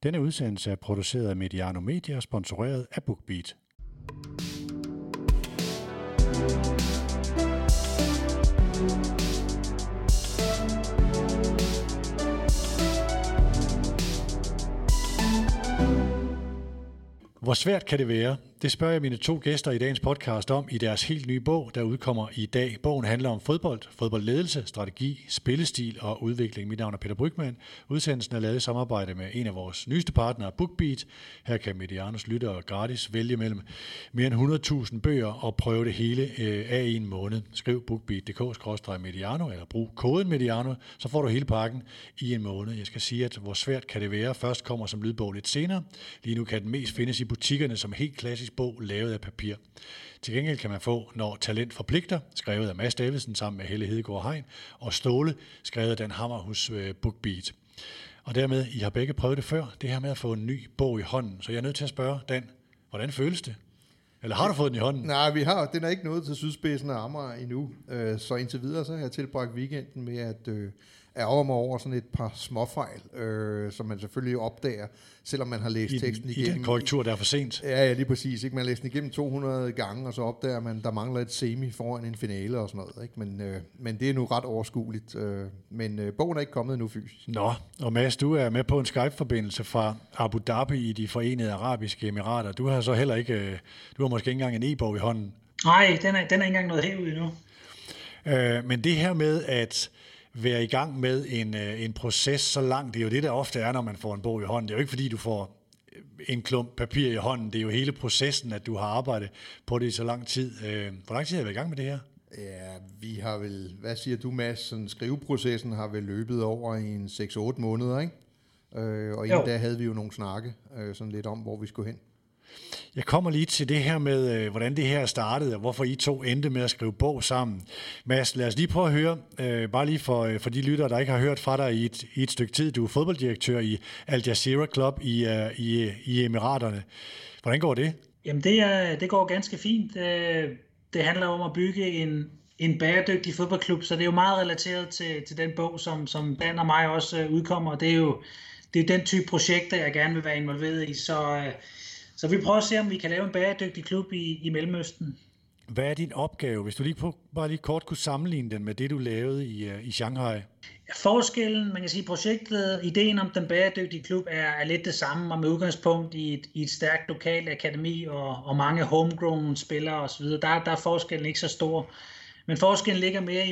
Denne udsendelse er produceret af Mediano Media og sponsoreret af BookBeat. Hvor svært kan det være? Det spørger jeg mine to gæster i dagens podcast om i deres helt nye bog, der udkommer i dag. Bogen handler om fodbold, fodboldledelse, strategi, spillestil og udvikling. Mit navn er Peter Brygmann. Udsendelsen er lavet i samarbejde med en af vores nyeste partnere, BookBeat. Her kan Medianos lyttere gratis vælge mellem mere end 100.000 bøger og prøve det hele af i en måned. Skriv bookbeat.dk/mediano eller brug koden Mediano, så får du hele pakken i en måned. Jeg skal sige, at hvor svært kan det være? Først kommer som lydbog lidt senere. Lige nu kan den mest findes i butikkerne som helt klassisk bog lavet af papir. Til gengæld kan man få Når talent forpligter, skrevet af Mads Davidsen sammen med Helle Hedegaard Hein, og Ståle, skrevet af Dan Hammer hos BookBeat. Og dermed, I har begge prøvet det før, det her med at få en ny bog i hånden. Så jeg er nødt til at spørge, Dan, hvordan føles det? Eller har du fået den i hånden? Nej, den er ikke nået til sydspidsen af Amager endnu. Så indtil videre så har jeg tilbragt weekenden med at ærger mig over sådan et par småfejl, som man selvfølgelig opdager, selvom man har læst teksten igennem. I den korrektur, der er for sent. Ja, lige præcis. Ikke? Man læser den igennem 200 gange, og så opdager man, der mangler et semi foran en finale og sådan noget. Ikke? Men det er nu ret overskueligt. Men bogen er ikke kommet endnu fysisk. Nå, og Mads, du er med på en Skype-forbindelse fra Abu Dhabi i de Forenede Arabiske Emirater. Du har så heller ikke, du har måske ikke engang en e-bog i hånden. Nej, den er ikke engang noget hævet endnu. Men det her med at være i gang med en proces så langt, det er jo det, der ofte er, når man får en bog i hånden. Det er jo ikke, fordi du får en klump papir i hånden. Det er jo hele processen, at du har arbejdet på det i så lang tid. Hvor lang tid har I været i gang med det her? Ja, vi har vel, hvad siger du, Mads? Sådan skriveprocessen har vel løbet over i en 6-8 måneder, ikke? Og inden da havde vi jo nogle snakke sådan lidt om, hvor vi skulle hen. Jeg kommer lige til det her med, hvordan det her startede, og hvorfor I to endte med at skrive bog sammen. Mads, lad os lige prøve at høre, bare lige for de lyttere, der ikke har hørt fra dig i et stykke tid. Du er fodbolddirektør i Al Jazeera Club i Emiraterne. Hvordan går det? Jamen det går ganske fint. Det handler om at bygge en bæredygtig fodboldklub, så det er jo meget relateret til den bog, som Dan og mig også udkommer. Det er jo den type projekter, jeg gerne vil være involveret i, så vi prøver at se, om vi kan lave en bæredygtig klub i Mellemøsten. Hvad er din opgave, hvis du bare lige kort kunne sammenligne den med det, du lavede i Shanghai? Forskellen, man kan sige, projektet, ideen om den bæredygtige klub er lidt det samme, og med udgangspunkt i et stærkt lokalt akademi og mange homegrown spillere osv. Der er forskellen ikke så stor. Men forskellen ligger mere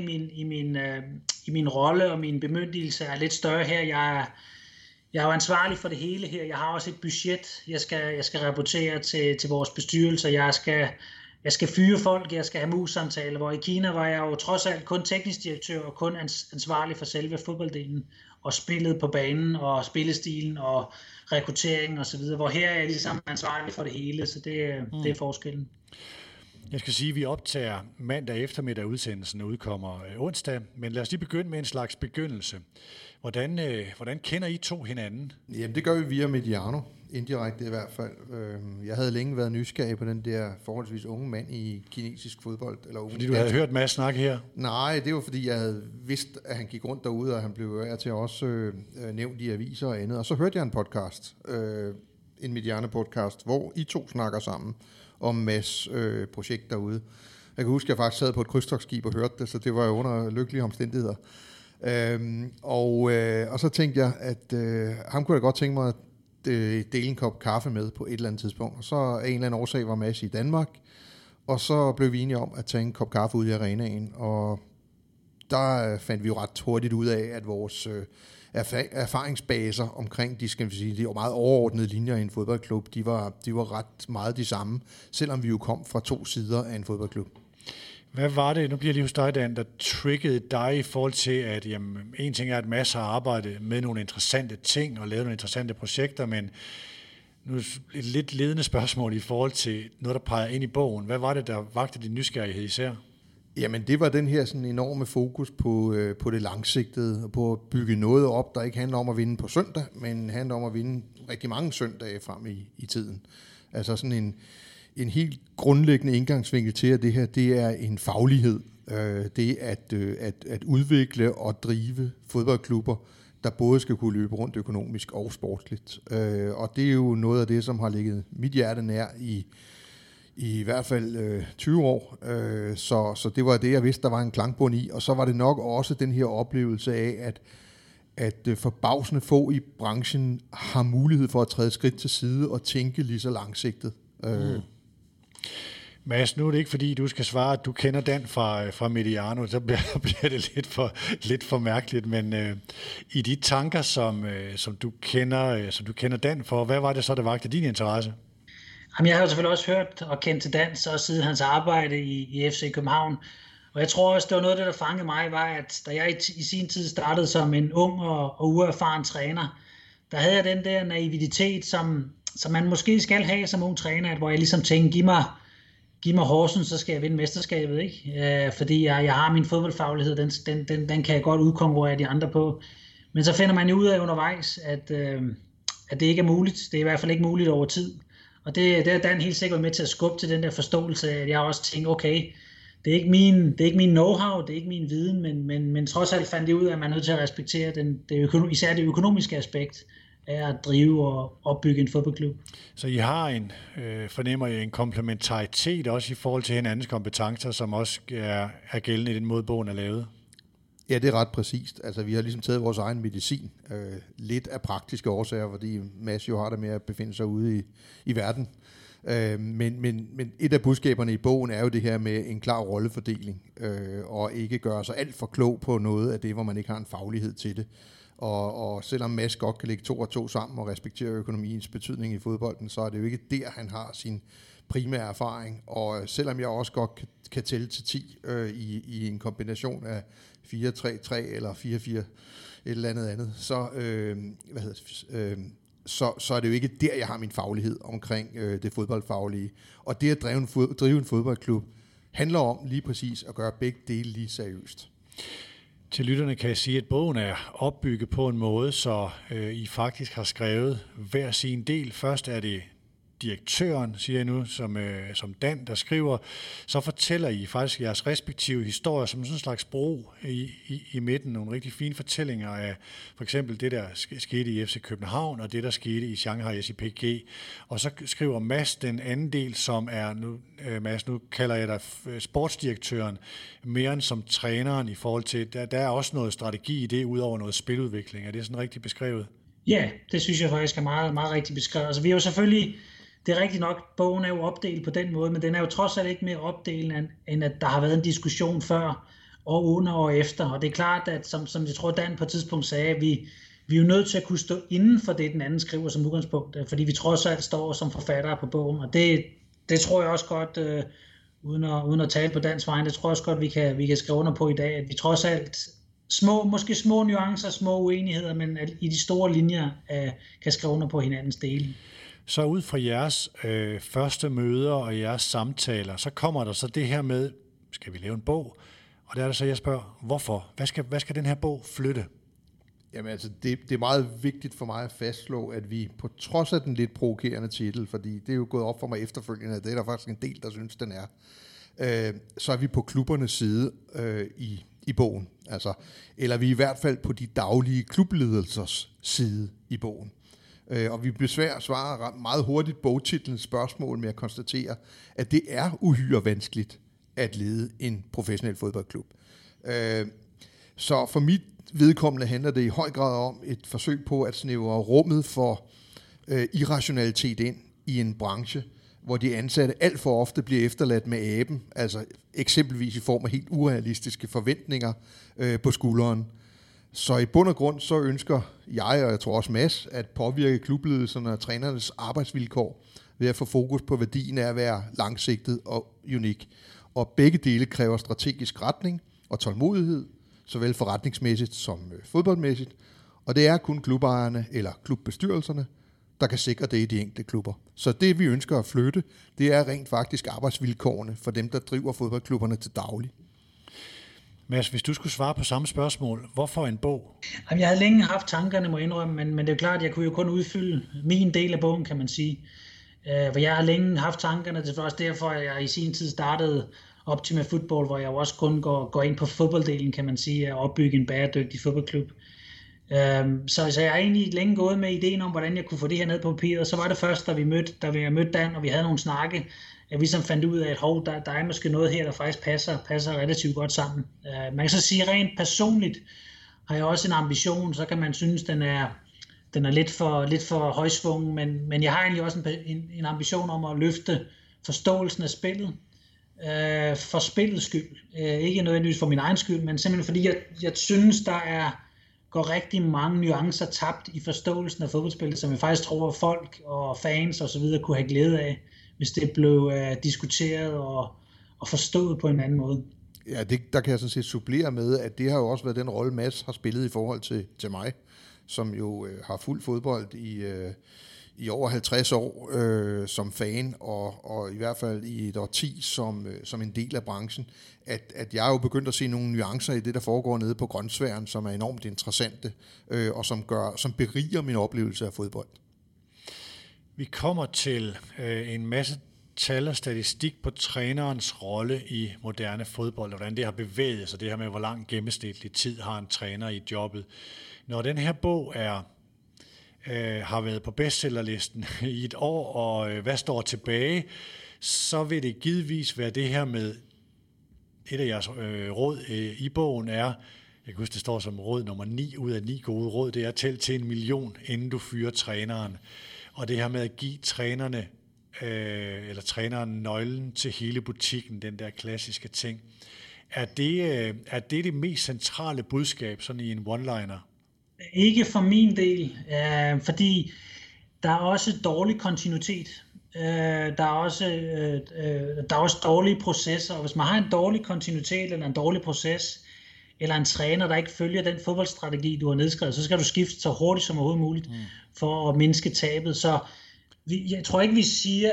i min rolle, og min bemyndigelse er lidt større her. Jeg er jo ansvarlig for det hele her. Jeg har også et budget, jeg skal rapportere til vores bestyrelse. Jeg skal fyre folk, jeg skal have mus-samtaler, hvor i Kina var jeg jo trods alt kun teknisk direktør og kun ansvarlig for selve fodbolddelen og spillet på banen og spillestilen og rekruttering og så videre, hvor her er jeg ligesom ansvarlig for det hele, så det er forskellen. Jeg skal sige, at vi optager mandag eftermiddag, udsendelsen udkommer onsdag, men lad os lige begynde med en slags begyndelse. Hvordan kender I to hinanden? Jamen det gør vi via Mediano, indirekte i hvert fald. Jeg havde længe været nysgerrig på den der forholdsvis unge mand i kinesisk fodbold. Fordi du havde hørt Mads snakke her? Nej, det var fordi jeg havde vidst, at han gik rundt derude, og han blev til også nævnt i aviser og andet. Og så hørte jeg en podcast, en Mediano-podcast, hvor I to snakker sammen om Mads projekt derude. Jeg kan huske, at jeg faktisk sad på et krydstogtskib og hørte det, så det var jo under lykkelige omstændigheder. Og så tænkte jeg, at ham kunne jeg godt tænke mig at dele en kop kaffe med på et eller andet tidspunkt. Og så af en eller anden årsag var Mads i Danmark, og så blev vi enige om at tage en kop kaffe ud i arenaen, og der fandt vi jo ret hurtigt ud af, at vores erfaringsbaser omkring de var meget overordnede linjer i en fodboldklub, de var ret meget de samme, selvom vi jo kom fra to sider af en fodboldklub. Hvad var det, nu bliver det hos dig, Dan, der triggede dig i forhold til, at en ting er, at Mads har arbejdet med nogle interessante ting og lavet nogle interessante projekter, men nu et lidt ledende spørgsmål i forhold til noget, der peger ind i bogen. Hvad var det, der vagte din nysgerrighed især? Jamen det var den her sådan enorme fokus på det langsigtede, og på at bygge noget op, der ikke handler om at vinde på søndag, men handler om at vinde rigtig mange søndage frem i tiden. Altså sådan en helt grundlæggende indgangsvinkel til, at det her, det er en faglighed. Det at udvikle og drive fodboldklubber, der både skal kunne løbe rundt økonomisk og sportsligt. Og det er jo noget af det, som har ligget mit hjerte nær i hvert fald 20 år. Så det var det, jeg vidste, der var en klangbund i. Og så var det nok også den her oplevelse af, at forbavsende få i branchen har mulighed for at træde skridt til side og tænke lige så langsigtet. Mads, nu er det ikke fordi, du skal svare, at du kender Dan fra Mediano, så bliver det lidt for mærkeligt, men i de tanker, som du kender Dan for, hvad var det så, der vagte din interesse? Jamen, jeg har jo selvfølgelig også hørt og kendt til Dan, så siden hans arbejde i FC København, og jeg tror også, det var noget af det, der fangede mig, var, at da jeg i sin tid startede som en ung og uerfaren træner, der havde jeg den der naivitet, som man måske skal have som ung træner, hvor jeg ligesom tænkte, giv mig Horsens, så skal jeg vinde mesterskabet, ikke? Fordi jeg har min fodboldfaglighed, den kan jeg godt udkonkurrere de andre på. Men så finder man jo ud af undervejs, at det ikke er muligt. Det er i hvert fald ikke muligt over tid. Og det er Dan helt sikkert med til at skubbe til den der forståelse, at jeg også tænker, okay, det er ikke min know-how, det er ikke min viden, men trods alt fandt det ud af, at man er nødt til at respektere især det økonomiske aspekt af at drive og opbygge en fodboldklub. Så I har fornemmer I en komplementaritet også i forhold til hinandens kompetencer, som også er gældende i den måde, bogen er lavet? Ja, det er ret præcist. Altså, vi har ligesom taget vores egen medicin. Lidt af praktiske årsager, fordi Mads jo har det med at befinde sig ude i verden. Men et af budskaberne i bogen er jo det her med en klar rollefordeling, og ikke gøre sig alt for klog på noget af det, hvor man ikke har en faglighed til det. Og selvom Mads godt kan lægge 2 og 2 sammen og respektere økonomiens betydning i fodbolden, så er det jo ikke der, han har sin primære erfaring. Og selvom jeg også godt kan tælle til 10 i en kombination af 4-3-3 eller 4-4 et eller andet, så er det jo ikke der, jeg har min faglighed omkring det fodboldfaglige. Og det at drive en fodboldklub handler om lige præcis at gøre begge dele lige seriøst. Til lytterne kan jeg sige, at bogen er opbygget på en måde, så I faktisk har skrevet hver sin del. Først er det direktøren, siger jeg nu, som Dan, der skriver. Så fortæller I faktisk jeres respektive historier som sådan en slags bro i midten. Nogle rigtig fine fortællinger af for eksempel det, der skete i FC København, og det, der skete i Shanghai SIPG. Og så skriver Mads den anden del, som er, Mads, nu kalder jeg dig sportsdirektøren, mere end som træneren i forhold til, der er også noget strategi i det, udover noget spiludvikling. Er det sådan rigtig beskrevet? Ja, det synes jeg faktisk er meget, meget rigtig beskrevet. Altså, vi er jo selvfølgelig, det er rigtigt nok, bogen er jo opdelt på den måde, men den er jo trods alt ikke mere opdelt, end at der har været en diskussion før, og under og efter. Og det er klart, at som jeg tror, Dan på et tidspunkt sagde, vi er jo nødt til at kunne stå inden for det, den anden skriver som udgangspunkt, fordi vi trods alt står som forfattere på bogen. Og det tror jeg også godt, uden at tale på Dans vegne, det tror jeg også godt, vi kan skrive under på i dag, at vi trods alt måske små nuancer, små uenigheder, men i de store linjer kan skrive under på hinandens dele. Så ud fra jeres første møder og jeres samtaler, så kommer der så det her med, skal vi lave en bog? Og der er det så, jeg spørger, hvorfor? Hvad skal den her bog flytte? Jamen altså, det er meget vigtigt for mig at fastslå, at vi på trods af den lidt provokerende titel, fordi det er jo gået op for mig efterfølgende, at det er der faktisk en del, der synes, den er, så er vi på klubbernes side i bogen. Altså, eller vi er i hvert fald på de daglige klubledelsers side i bogen. Og vi svarer meget hurtigt bogtitlens spørgsmål med at konstatere, at det er uhyre vanskeligt at lede en professionel fodboldklub. Så for mit vedkommende handler det i høj grad om et forsøg på at snævre rummet for irrationalitet ind i en branche, hvor de ansatte alt for ofte bliver efterladt med aben, altså eksempelvis i form af helt urealistiske forventninger på skulderen. Så i bund og grund så ønsker jeg, og jeg tror også Mads, at påvirke klubledelserne og trænernes arbejdsvilkår ved at få fokus på værdien af at være langsigtet og unik. Og begge dele kræver strategisk retning og tålmodighed, såvel forretningsmæssigt som fodboldmæssigt. Og det er kun klubejerne eller klubbestyrelserne, der kan sikre det i de enkelte klubber. Så det vi ønsker at flytte, det er rent faktisk arbejdsvilkårene for dem, der driver fodboldklubberne til daglig. Mads, hvis du skulle svare på samme spørgsmål, hvorfor en bog? Jeg havde længe haft tankerne, må jeg indrømme, men det er klart, at jeg kunne jo kun udfylde min del af bogen, kan man sige. For jeg har længe haft tankerne, det er også derfor, at jeg i sin tid startede Optima Football, hvor jeg jo også kun går ind på fodbolddelen, kan man sige, at opbygge en bæredygtig fodboldklub. Så jeg har egentlig længe gået med ideen om, hvordan jeg kunne få det her ned på papiret. Så var det først, da vi mødte Dan, og vi havde nogle snakke, at vi så fandt ud af, at der er måske noget her, der faktisk passer relativt godt sammen. Man kan så sige, rent personligt har jeg også en ambition, så kan man synes, den er lidt for højsvungen, men jeg har egentlig også en ambition om at løfte forståelsen af spillet, for spillets skyld. Ikke nødvendigvis for min egen skyld, men simpelthen fordi jeg synes, går rigtig mange nuancer tabt i forståelsen af fodboldspillet, som jeg faktisk tror, at folk og fans og så videre kunne have glæde af, hvis det blev diskuteret og forstået på en anden måde. Ja, der kan jeg sådan set supplere med, at det har jo også været den rolle, Mads har spillet i forhold til mig, som jo har fulgt fodbold i over 50 år som fan, og i hvert fald i et årti som en del af branchen, at jeg er jo begyndt at se nogle nuancer i det, der foregår nede på grønsværen, som er enormt interessante, og som beriger min oplevelse af fodbold. Vi kommer til en masse tal og statistik på trænerens rolle i moderne fodbold, og hvordan det har bevæget sig, det her med, hvor lang gennemsnitlig tid har en træner i jobbet. Når den her bog har været på bestsellerlisten i et år, og hvad står tilbage, så vil det givetvis være det her med, et af jeres råd i bogen er, jeg kan huske, det står som råd nummer 9 ud af 9 gode råd, det er at tælle til 1 million, inden du fyrer træneren. Og det her med at give træneren nøglen til hele butikken, den der klassiske ting. Er det mest centrale budskab, sådan i en one-liner? Ikke for min del, fordi der er også dårlig kontinuitet. Der er også dårlige processer, og hvis man har en dårlig kontinuitet eller en dårlig proces, eller en træner, der ikke følger den fodboldstrategi, du har nedskrevet, så skal du skifte så hurtigt som overhovedet muligt for at mindske tabet. Så jeg tror ikke, vi siger,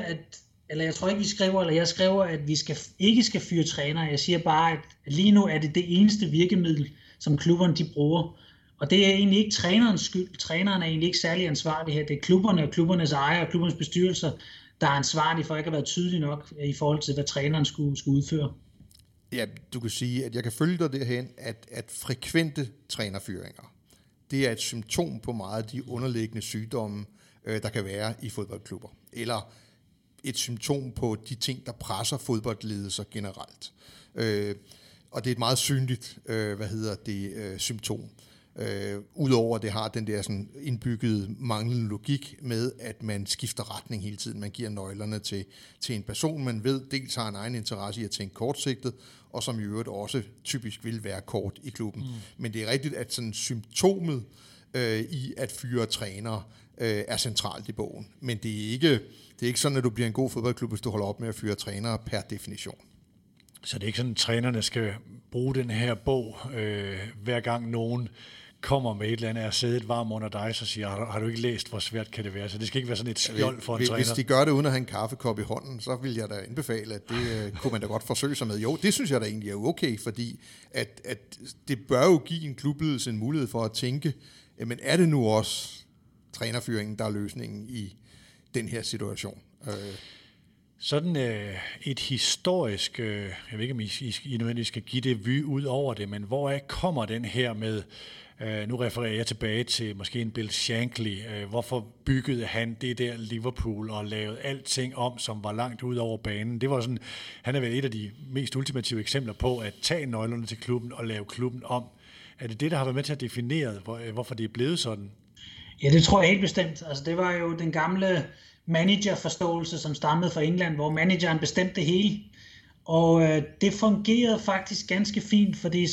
jeg skriver, at vi ikke skal fyre trænere. Jeg siger bare, at lige nu er det eneste virkemiddel, som klubberne de bruger. Og det er egentlig ikke trænerens skyld. Træneren er egentlig ikke særlig ansvarlig her. Det er klubberne og klubbernes ejere og klubbernes bestyrelser, der er ansvarlige for ikke at være tydelige nok i forhold til, hvad træneren skulle udføre. Ja, du kan sige, at jeg kan følge dig derhen, at frekvente trænerfyringer, det er et symptom på meget af de underliggende sygdomme, der kan være i fodboldklubber. Eller et symptom på de ting, der presser fodboldledelser generelt. Og det er et meget synligt symptom. Udover at det har den der sådan indbyggede manglende logik med, at man skifter retning hele tiden. Man giver nøglerne til en person, man ved dels har en egen interesse i at tænke kortsigtet, og som i øvrigt også typisk vil være kort i klubben. Men det er rigtigt, at sådan symptomet i at fyre trænere er centralt i bogen. Men det er ikke sådan, at du bliver en god fodboldklub, hvis du holder op med at fyre trænere per definition. Så det er ikke sådan, at trænerne skal bruge den her bog, hver gang nogen kommer med et eller andet, er siddet varm under dig, så siger, har du ikke læst, hvor svært kan det være? Så det skal ikke være sådan et skjold for en træner. Hvis de gør det uden at have en kaffekop i hånden, så vil jeg da anbefale, at det kunne man da godt forsøge sig med. Jo, det synes jeg da egentlig er okay, fordi at det bør jo give en klubledelse en mulighed for at tænke, men er det nu også trænerfyringen, der er løsningen i den her situation? Sådan et historisk, jeg ved ikke, om I nødvendigvis skal give det vy ud over det, men hvor kommer den her med, nu refererer jeg tilbage til måske en Bill Shankly, hvorfor byggede han det der Liverpool og lavede alting om, som var langt ud over banen. Det var sådan, han er vel et af de mest ultimative eksempler på at tage nøglerne til klubben og lave klubben om. Er det det, der har været med til at definere, hvorfor det er blevet sådan? Ja, det tror jeg helt bestemt. Altså, det var jo den gamle managerforståelse, som stammede fra England, hvor manageren bestemte det hele. Og det fungerede faktisk ganske fint, fordi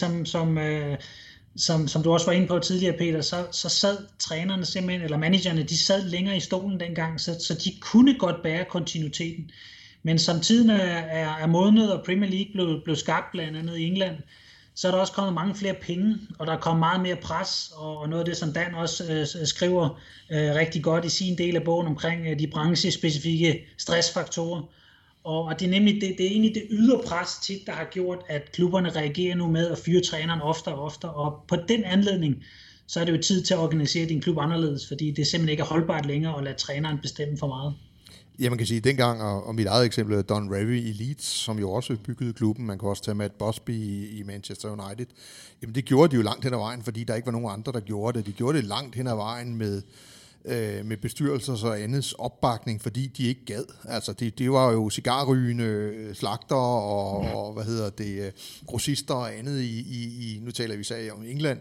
som du også var inde på tidligere, Peter, så sad trænerne simpelthen, eller managerne, de sad længere i stolen dengang, så de kunne godt bære kontinuiteten. Men som tiden er modnet, og Premier League blev skabt blandt andet i England, så er der også kommet mange flere penge, og der er kommet meget mere pres, og noget af det, som Dan også skriver rigtig godt i sin del af bogen omkring de branchespecifikke stressfaktorer. Og det er nemlig det er egentlig det ydre pres tit, der har gjort, at klubberne reagerer nu med at fyre træneren oftere og oftere. Og på den anledning, så er det jo tid til at organisere din klub anderledes, fordi det simpelthen ikke er holdbart længere at lade træneren bestemme for meget. Ja, man kan sige, dengang, og mit eget eksempel er Don Revy i Leeds, som jo også byggede klubben. Man kan også tage Matt Busby i Manchester United. Jamen det gjorde de jo langt hen ad vejen, fordi der ikke var nogen andre, der gjorde det. De gjorde det langt hen ad vejen med bestyrelser og andets opbakning, fordi de ikke gad. Altså det var jo cigarrygende slagter og grossister og andet i nu taler vi så om England.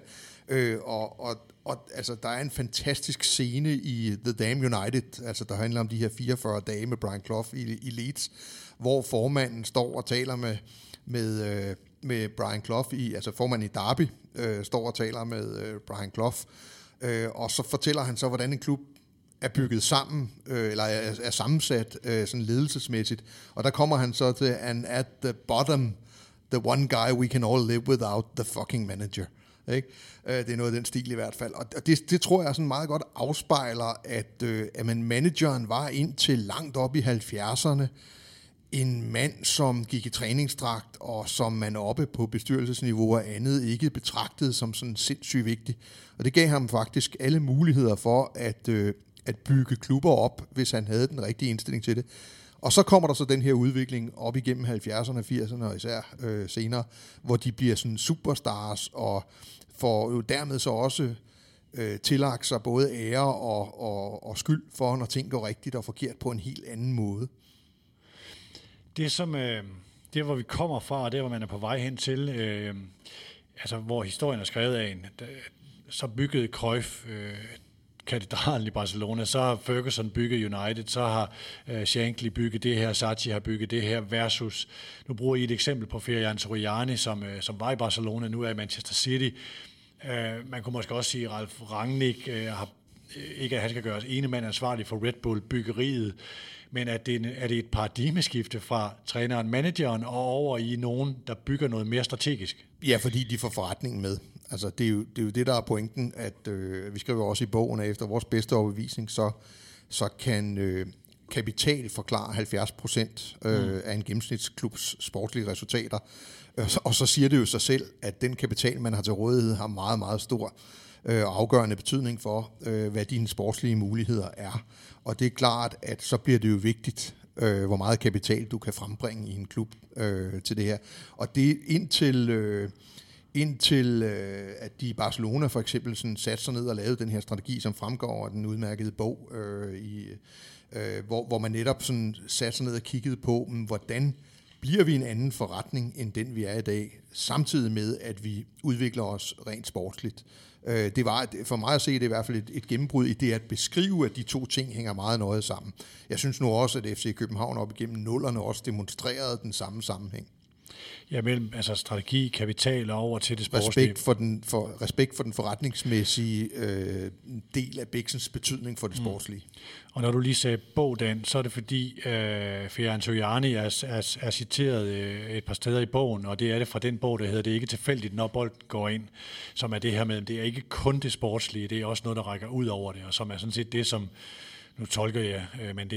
Og altså, der er en fantastisk scene i The Damn United, altså der handler om de her 44 dage med Brian Clough i Leeds, hvor formanden står og taler med Brian Clough altså formanden i Derby står og taler med Brian Clough, og så fortæller han så, hvordan en klub er bygget sammen, eller er sammensat sådan ledelsesmæssigt, og der kommer han så til, and at the bottom, the one guy we can all live without, the fucking manager. Ikke? Det er noget af den stil i hvert fald. Og det tror jeg sådan meget godt afspejler, at manageren var indtil langt op i 70'erne en mand, som gik i træningsdragt, og som man oppe på bestyrelsesniveau og andet ikke betragtede som sådan sindssygt vigtig. Og det gav ham faktisk alle muligheder for at bygge klubber op, hvis han havde den rigtige indstilling til det. Og så kommer der så den her udvikling op igennem 70'erne, 80'erne og især senere, hvor de bliver sådan superstars og får jo dermed så også tillagt sig både ære og skyld for, når ting går rigtigt og forkert på en helt anden måde. Det som det hvor vi kommer fra, og det hvor man er på vej hen til, altså hvor historien er skrevet af en, så byggede Cruyff katedralen i Barcelona, så har Ferguson bygget United, så har Shankly bygget det her, Sarri har bygget det her, versus, nu bruger I et eksempel på Ferran Soriani, som var i Barcelona, nu er i Manchester City. Man kunne måske også sige, at Ralf Rangnick ikke at han skal gøres ene mand ansvarlig for Red Bull-byggeriet, men er det et paradigmeskifte fra træneren, manageren og over i nogen, der bygger noget mere strategisk? Ja, fordi de får forretningen med. Altså, det er jo det, der er pointen, at vi skriver også i bogen, at efter vores bedste overbevisning, så kan kapital forklare 70% af en gennemsnitsklubs sportslige resultater. Og så siger det jo sig selv, at den kapital, man har til rådighed, har meget, meget stor og afgørende betydning for, hvad dine sportslige muligheder er. Og det er klart, at så bliver det jo vigtigt, hvor meget kapital du kan frembringe i en klub til det her. Og det er indtil at de i Barcelona for eksempel sådan satte sig ned og lavede den her strategi, som fremgår af den udmærkede bog, hvor man netop sådan satte sig ned og kiggede på, hvordan bliver vi en anden forretning, end den vi er i dag, samtidig med, at vi udvikler os rent sportsligt. Det var, for mig at se, det er i hvert fald et gennembrud i det at beskrive, at de to ting hænger meget nøje sammen. Jeg synes nu også, at FC København op igennem nullerne også demonstrerede den samme sammenhæng. Ja, mellem altså strategi, kapital og over til det sportslige. Respekt for den forretningsmæssige del af Bæksens betydning for det sportslige. Og når du lige sagde bog, Dan, så er det fordi Ferran Soriani er citeret et par steder i bogen, og det er det fra den bog, der hedder Det er ikke tilfældigt, når bolden går ind, som er det her med, det er ikke kun det sportslige, det er også noget, der rækker ud over det, og som er sådan set det, som nu tolker jeg, men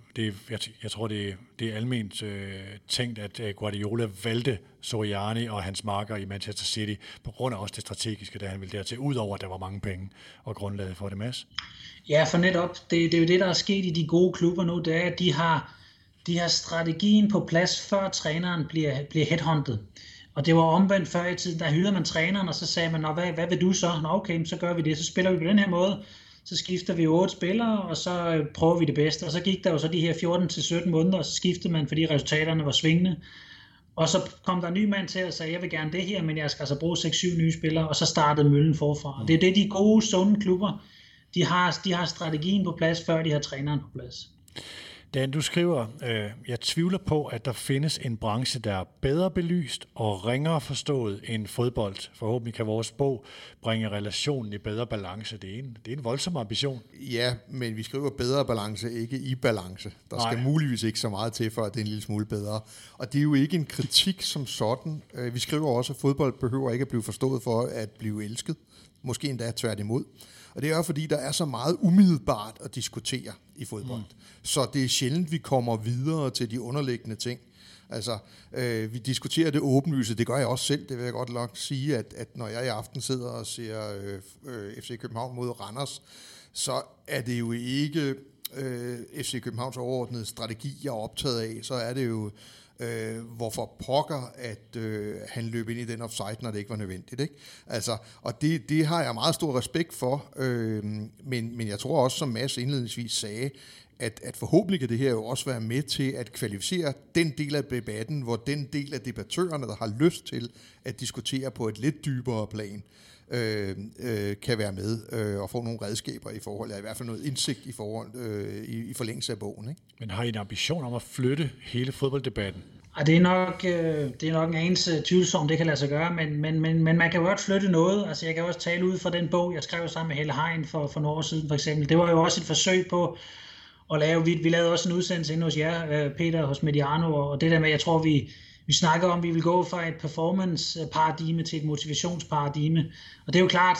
jeg tror, det er alment tænkt, at Guardiola valgte Soriani og hans marker i Manchester City, på grund af også det strategiske, da han ville dertil, udover at der var mange penge og grundlaget for det, Mads. Ja, for netop, det er jo det, der er sket i de gode klubber nu, det er, at de har strategien på plads, før træneren bliver headhunted. Og det var omvendt før i tiden, der hyldede man træneren, og så sagde man, hvad vil du så? Nå okay, så gør vi det, så spiller vi på den her måde. Så skifter vi 8 spillere, og så prøver vi det bedste. Og så gik der jo så de her 14-17 måneder, og så skiftede man, fordi resultaterne var svingende. Og så kom der en ny mand til og sagde, jeg vil gerne det her, men jeg skal altså bruge 6-7 nye spillere, og så startede møllen forfra. Og det er det, de gode, sunde klubber, de har strategien på plads, før de har træneren på plads. Dan, du skriver, jeg tvivler på, at der findes en branche, der er bedre belyst og ringere forstået end fodbold. Forhåbentlig kan vores bog bringe relationen i bedre balance. Det er en voldsom ambition. Ja, men vi skriver bedre balance, ikke i balance. Der skal muligvis ikke så meget til, for at det er en lille smule bedre. Og det er jo ikke en kritik som sådan. Vi skriver også, at fodbold behøver ikke at blive forstået for at blive elsket. Måske endda tværtimod. Og det er jo fordi, der er så meget umiddelbart at diskutere i fodbold. Så det er sjældent, vi kommer videre til de underliggende ting. Altså, vi diskuterer det åbenlyse, det gør jeg også selv, det vil jeg godt nok sige, at når jeg i aften sidder og ser FC København mod Randers, så er det jo ikke FC Københavns overordnede strategi, jeg er optaget af, så er det jo, hvorfor pokker, at han løb ind i den offside, når det ikke var nødvendigt. Ikke? Altså, og det har jeg meget stor respekt for, men jeg tror også, som Mads indledningsvis sagde, at forhåbentlig kan det her jo også være med til at kvalificere den del af debatten, hvor den del af debattørerne, der har lyst til at diskutere på et lidt dybere plan, kan være med og få nogle redskaber i forhold, eller i hvert fald noget indsigt i forhold i forlængelse af bogen. Ikke? Men har I en ambition om at flytte hele fodbolddebatten? Det er nok en anelse tvivlsomt, det kan lade sig gøre, men man kan jo godt flytte noget. Altså jeg kan også tale ud fra den bog, jeg skrev sammen med Helle Hein for nogle år siden for eksempel. Det var jo også et forsøg på at lave, vi lavede også en udsendelse inde hos jer, Peter, hos Mediano, og det der med, jeg tror vi snakker om, at vi vil gå fra et performance-paradigme til et motivationsparadigme. Og det er jo klart,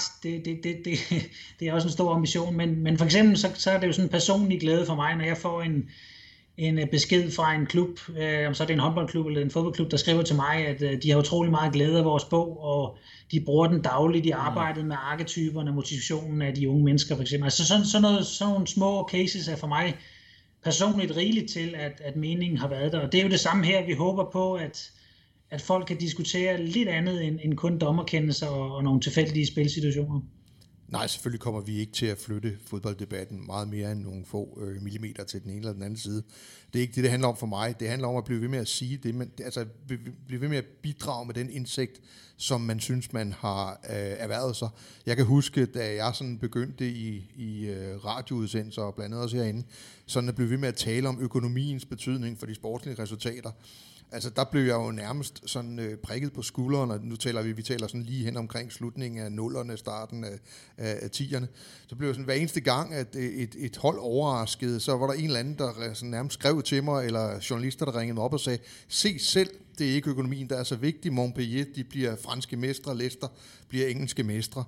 det er også en stor ambition, men for eksempel så er det jo sådan en personlig glæde for mig, når jeg får en besked fra en klub, om så er det en håndboldklub eller en fodboldklub, der skriver til mig, at de har utrolig meget glæde af vores bog, og de bruger den dagligt i arbejdet med arketyperne og motivationen af de unge mennesker for eksempel. Altså sådan nogle små cases er for mig personligt rigeligt til, at meningen har været der. Og det er jo det samme her, vi håber på, at folk kan diskutere lidt andet end kun dommerkendelser og nogle tilfældige spilsituationer. Nej, selvfølgelig kommer vi ikke til at flytte fodbolddebatten meget mere end nogle få millimeter til den ene eller den anden side. Det er ikke det handler om for mig. Det handler om at blive ved med at sige det, altså blive ved med at bidrage med den indsigt, som man synes, man har erhvervet sig. Jeg kan huske, da jeg sådan begyndte i radioudsendelser og blandt andet også herinde, sådan at blive ved med at tale om økonomiens betydning for de sportslige resultater. Altså der blev jeg jo nærmest sådan prikket på skulderen, og nu taler vi taler sådan lige hen omkring slutningen af 0'erne, starten af 10'erne. Så blev jeg sådan hver eneste gang, at et hold overraskede, så var der en eller anden, der sådan nærmest skrev til mig, eller journalister, der ringede mig op og sagde, se selv, det er ikke økonomien, der er så vigtig. Montpellier, de bliver franske mestre, Leicester bliver engelske mestre.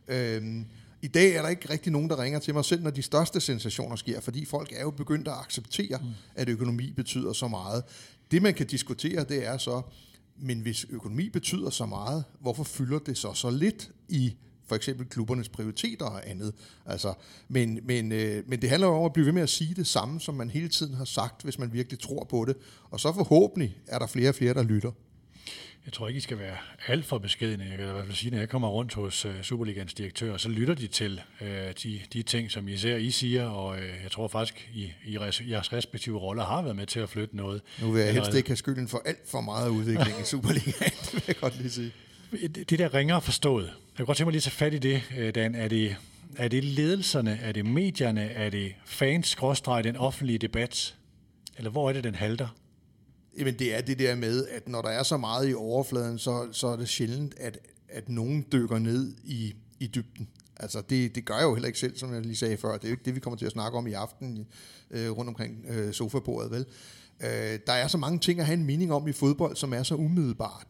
I dag er der ikke rigtig nogen, der ringer til mig, selv når de største sensationer sker, fordi folk er jo begyndt at acceptere, at økonomi betyder så meget. Det, man kan diskutere, det er så, men hvis økonomi betyder så meget, hvorfor fylder det så lidt i for eksempel klubbernes prioriteter og andet? Altså, men det handler jo om at blive ved med at sige det samme, som man hele tiden har sagt, hvis man virkelig tror på det. Og så forhåbentlig er der flere og flere, der lytter. Jeg tror ikke, I skal være alt for beskedne. Jeg kan i hvert fald sige, når jeg kommer rundt hos Superligans direktør, så lytter de til de ting, som især I siger, og jeg tror faktisk, I jeres respektive roller har været med til at flytte noget. Nu vil jeg helst ikke have skylden for alt for meget udvikling i Superligaen, det vil jeg godt lige sige. Det der ringer forstået. Jeg kan godt tænke mig lige at tage fat i det, Dan. Er det ledelserne, er det medierne, er det fans, den offentlige debat, eller hvor er det, den halter? Jamen det er det der med, at når der er så meget i overfladen, så er det sjældent, at nogen dykker ned i dybden. Altså det gør jeg jo heller ikke selv, som jeg lige sagde før. Det er jo ikke det, vi kommer til at snakke om i aften rundt omkring sofabordet, vel? Der er så mange ting at have en mening om i fodbold, som er så umiddelbart.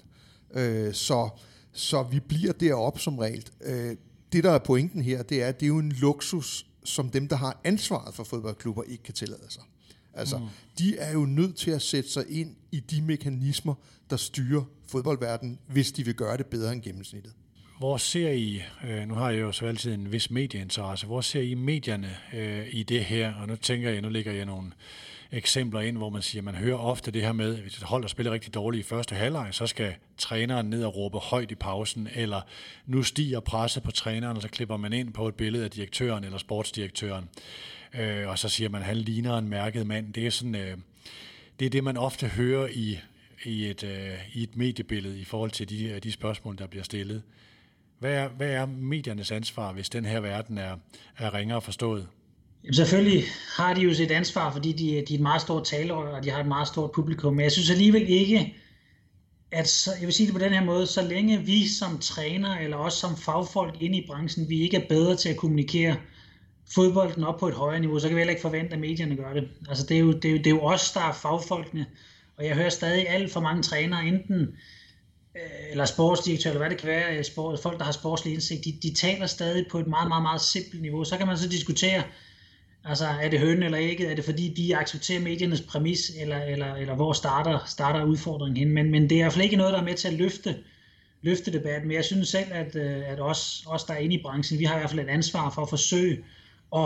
Så vi bliver deroppe som regel. Det, der er pointen her, det er jo en luksus, som dem, der har ansvaret for fodboldklubber, ikke kan tillade sig. Altså, de er jo nødt til at sætte sig ind i de mekanismer, der styrer fodboldverdenen, hvis de vil gøre det bedre end gennemsnittet. Hvor ser I, nu har jeg jo så altid en vis medieinteresse, hvor ser I medierne i det her? Og nu lægger jeg nogle eksempler ind, hvor man siger, man hører ofte det her med, hvis et hold, der spiller rigtig dårligt i første halvleg, så skal træneren ned og råbe højt i pausen, eller nu stiger presset på træneren, og så klipper man ind på et billede af direktøren eller sportsdirektøren. Og så siger man, at han ligner en mærket mand. Det er sådan, det er det, man ofte hører i et mediebillede i forhold til de spørgsmål, der bliver stillet. Hvad er mediernes ansvar, hvis den her verden er ringere forstået? Jamen, selvfølgelig har de jo et ansvar, fordi de er et meget stort talerør, og de har et meget stort publikum. Men jeg synes alligevel ikke, jeg vil sige det på den her måde, så længe vi som træner, eller også som fagfolk inde i branchen, vi ikke er bedre til at kommunikere fodbolden op på et højere niveau, så kan vi heller ikke forvente, at medierne gør det. Altså det er jo os, der er fagfolkene, og jeg hører stadig alt for mange trænere, enten eller sportsdirektører, eller hvad det kan være, folk, der har sportslig indsigt, de taler stadig på et meget, meget, meget simpelt niveau. Så kan man så diskutere, altså er det hønen eller ikke, er det fordi, de accepterer mediernes præmis, eller hvor starter udfordringen hen. Men det er i hvert fald ikke noget, der er med til at løfte debatten. Men jeg synes selv, at os, der er inde i branchen, vi har i hvert fald et ansvar for at forsøge at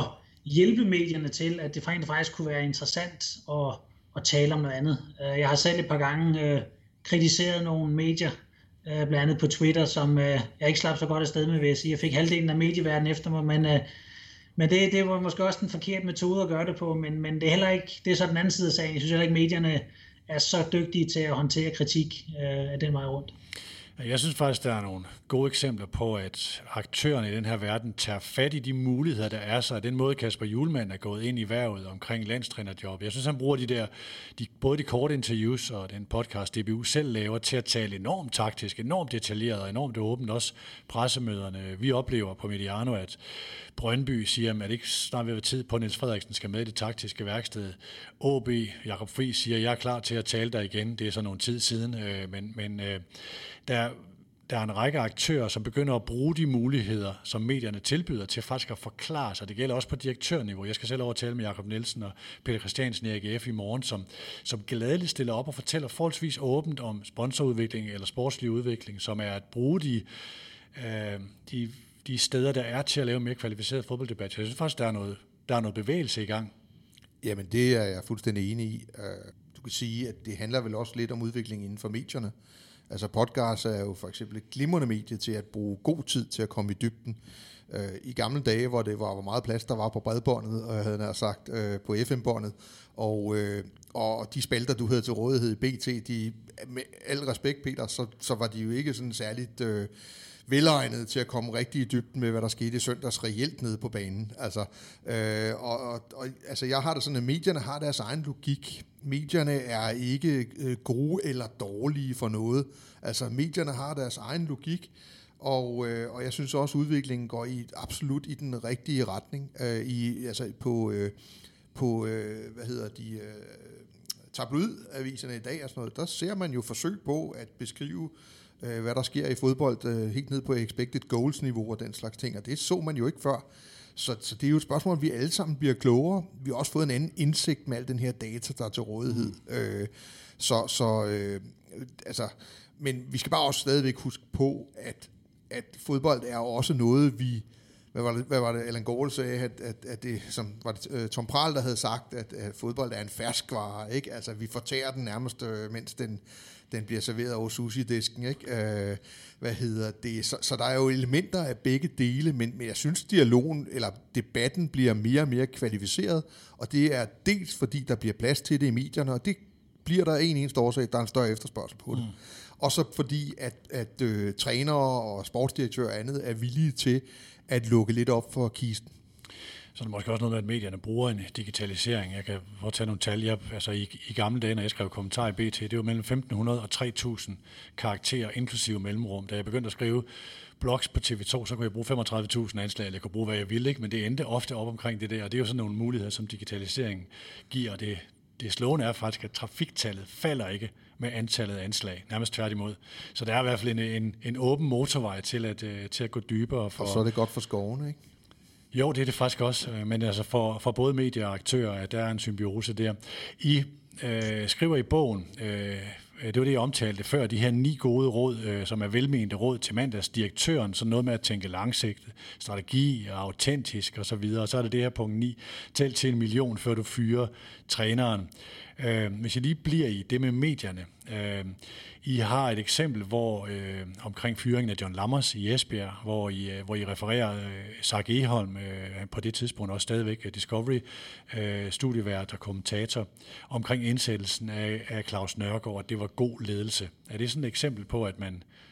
hjælpe medierne til, at det faktisk kunne være interessant at tale om noget andet. Jeg har selv et par gange kritiseret nogle medier, blandt andet på Twitter, som jeg ikke slap så godt afsted med, vil jeg sige. Jeg fik halvdelen af medieverdenen efter mig, men det var måske også den forkerte metode at gøre det på, men det er heller ikke, det er så den anden side af sagen. Jeg synes heller ikke, medierne er så dygtige til at håndtere kritik af den vej rundt. Jeg synes faktisk, der er nogle gode eksempler på, at aktørerne i den her verden tager fat i de muligheder, der er så. Den måde, Kasper Hjulmand er gået ind i hvervet omkring landstrænerjob. Jeg synes, han bruger både de korte interviews og den podcast, DBU selv laver, til at tale enormt taktisk, enormt detaljeret og enormt åbent. Også pressemøderne. Vi oplever på Mediano, at Brøndby siger, at det ikke snart vil være tid på, at Niels Frederiksen skal med i det taktiske værksted. OB, Jakob Friis siger, jeg er klar til at tale der igen. Det er så nogle tid siden, men der er en række aktører, som begynder at bruge de muligheder, som medierne tilbyder til faktisk at forklare sig. Det gælder også på direktørniveau. Jeg skal selv over tale med Jakob Nielsen og Peter Christiansen i AGF i morgen, som gladeligt stiller op og fortæller forholdsvis åbent om sponsorudvikling eller sportslig udvikling, som er at bruge de steder, der er til at lave mere kvalificeret fodbolddebat. Jeg synes faktisk, der er noget bevægelse i gang. Jamen, det er jeg fuldstændig enig i. Du kan sige, at det handler vel også lidt om udvikling inden for medierne. Altså podcast er jo for eksempel et glimrende medie til at bruge god tid til at komme i dybden. I gamle dage, hvor det var hvor meget plads, der var på bredbåndet, og jeg havde nær sagt på FM-båndet, og de spalter, du havde til rådighed i BT, de, med al respekt, Peter, så var de jo ikke sådan særligt velegnet til at komme rigtig i dybden med, hvad der skete i søndags reelt nede på banen. Altså, altså jeg har det sådan, at medierne har deres egen logik. Medierne er ikke gode eller dårlige for noget. Altså medierne har deres egen logik, og jeg synes også, at udviklingen går absolut i den rigtige retning. På tabloidaviserne i dag og sådan noget, der ser man jo forsøg på at beskrive, hvad der sker i fodbold, helt ned på expected goals-niveau og den slags ting, og det så man jo ikke før. Så det er jo et spørgsmål, at vi alle sammen bliver klogere. Vi har også fået en anden indsigt med al den her data, der er til rådighed. Men vi skal bare også stadigvæk huske på, at fodbold er også noget, vi... Hvad var det Allan Gård sagde, at det, som var det Tom Prahl, der havde sagt, at fodbold er en ferskvare, ikke? Altså, vi fortærer den nærmest, mens den bliver serveret over sushi-disken, ikke? Så der er jo elementer af begge dele, men jeg synes, dialogen eller debatten bliver mere og mere kvalificeret, og det er dels fordi, der bliver plads til det i medierne, og det bliver der en eneste årsag, der er en større efterspørgsel på det. Og så fordi, at trænere og sportsdirektører og andet er villige til at lukke lidt op for kisten. Så er det måske også noget med, at medierne bruger en digitalisering. Jeg kan tage nogle tal. I gamle dage, når jeg skrev kommentarer i BT, det var mellem 1.500 og 3.000 karakterer, inklusive mellemrum. Da jeg begyndte at skrive blogs på TV2, så kunne jeg bruge 35.000 anslag, eller jeg kunne bruge, hvad jeg ville, ikke? Men det endte ofte op omkring det der, og det er jo sådan nogle muligheder, som digitaliseringen giver. Det slående er faktisk, at trafiktallet falder ikke med antallet af anslag, nærmest tværtimod. Så der er i hvert fald en åben motorvej til at gå dybere. Og så er det godt for skovene, ikke? Jo, det er det faktisk også, men altså for både medier og aktører, at der er en symbiose der. I skriver i bogen, det var det, jeg omtalte før, de her 9 gode råd, som er velmente råd til mandagsdirektøren, så noget med at tænke langsigtet, strategi og autentisk osv., og så er det her punkt 9, tæl til 1 million, før du fyrer træneren. Hvis jeg lige bliver i det med medierne, I har et eksempel, hvor omkring fyringen af John Lammers i Esbjerg, hvor I refererer Zach Egholm, på det tidspunkt også stadigvæk Discovery, studievært og kommentator, omkring indsættelsen af Claus Nørgaard, at det var god ledelse. Er det sådan et eksempel på, at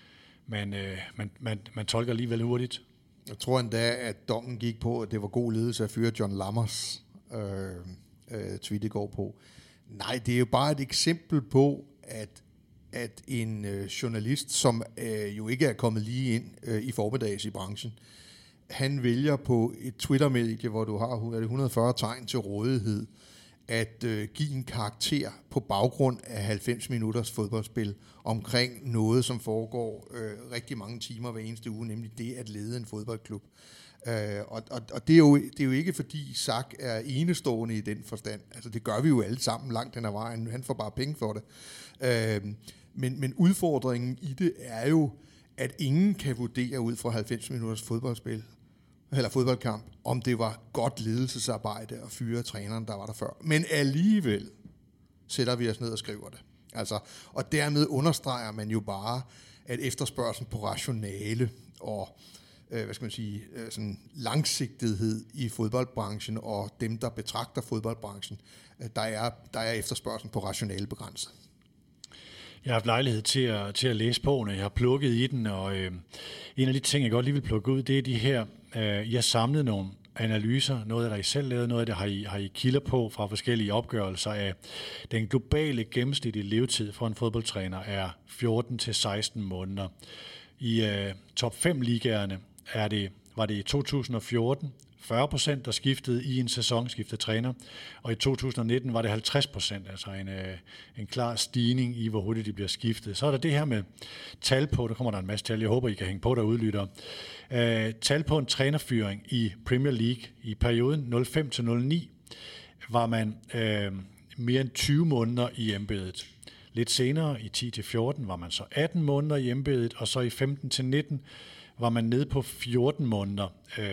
man tolker alligevel hurtigt? Jeg tror endda, at dommen gik på, at det var god ledelse at fyre John Lammers tweet i går på. Nej, det er jo bare et eksempel på, at en journalist, som jo ikke er kommet lige ind i formiddags i branchen, han vælger på et Twitter-medie, hvor du har 140 tegn til rådighed, at give en karakter på baggrund af 90 minutters fodboldspil omkring noget, som foregår rigtig mange timer hver eneste uge, nemlig det at lede en fodboldklub. Og det er jo ikke fordi Zach er enestående i den forstand. Altså det gør vi jo alle sammen langt hen ad vejen. Han får bare penge for det. Men udfordringen i det er jo, at ingen kan vurdere ud fra 90 minutters fodboldspil, eller fodboldkamp, om det var godt ledelsesarbejde at fyre træneren, der var der før. Men alligevel sætter vi os ned og skriver det. Altså, og dermed understreger man jo bare, at efterspørgselen på rationale og sådan langsigtighed i fodboldbranchen og dem, der betragter fodboldbranchen, der er efterspørgselen på rationale begrænset. Jeg har haft lejlighed til at læse bogen, og jeg har plukket i den, og en af de ting, jeg godt lige vil plukke ud, det er de her, jeg har samlet nogle analyser, noget af det, I selv lavet, noget af det har I kilder på fra forskellige opgørelser af den globale gennemsnitlige levetid for en fodboldtræner er 14 til 16 måneder. I top 5 ligaerne var det i 2014 40%, der skiftede i en sæson, skiftede træner, og i 2019 var det 50%, altså en klar stigning i, hvor hurtigt de bliver skiftet. Så er der det her med tal på, der kommer der en masse tal, jeg håber, I kan hænge på derude, lytter. Tal på en trænerfyring i Premier League i perioden 05 til 09 var man mere end 20 måneder i embedet. Lidt senere, i 10 til 14, var man så 18 måneder i embedet, og så i 15 til 19 var man nede på 14 måneder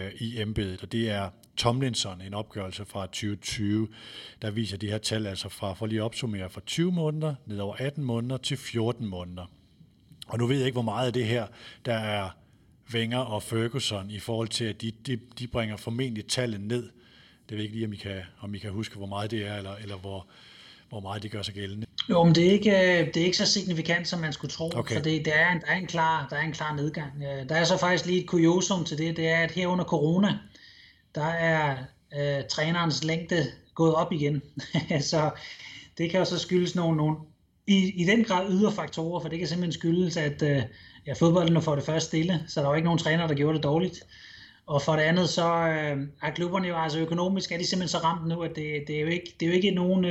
i embedet, og det er Tomlinson, en opgørelse fra 2020, der viser de her tal, altså for lige at opsummere, fra 20 måneder, ned over 18 måneder til 14 måneder. Og nu ved jeg ikke, hvor meget af det her, der er Wenger og Ferguson, i forhold til, at de bringer formentlig tallet ned. Det ved ikke lige, om I kan huske, hvor meget det er, eller hvor meget det gør sig gældende. Jo, men det er ikke så signifikant, som man skulle tro, okay. For der er en klar nedgang. Der er så faktisk lige et kuriosum til det er, at her under corona, der er trænerens længde gået op igen. Så det kan jo så skyldes nogle i den grad ydre faktorer, for det kan simpelthen skyldes, at fodbolden er for det første stille, så der er jo ikke nogen træner, der gjorde det dårligt. Og for det andet, så er klubberne jo altså økonomisk, er de simpelthen så ramt nu, at det er jo ikke nogen...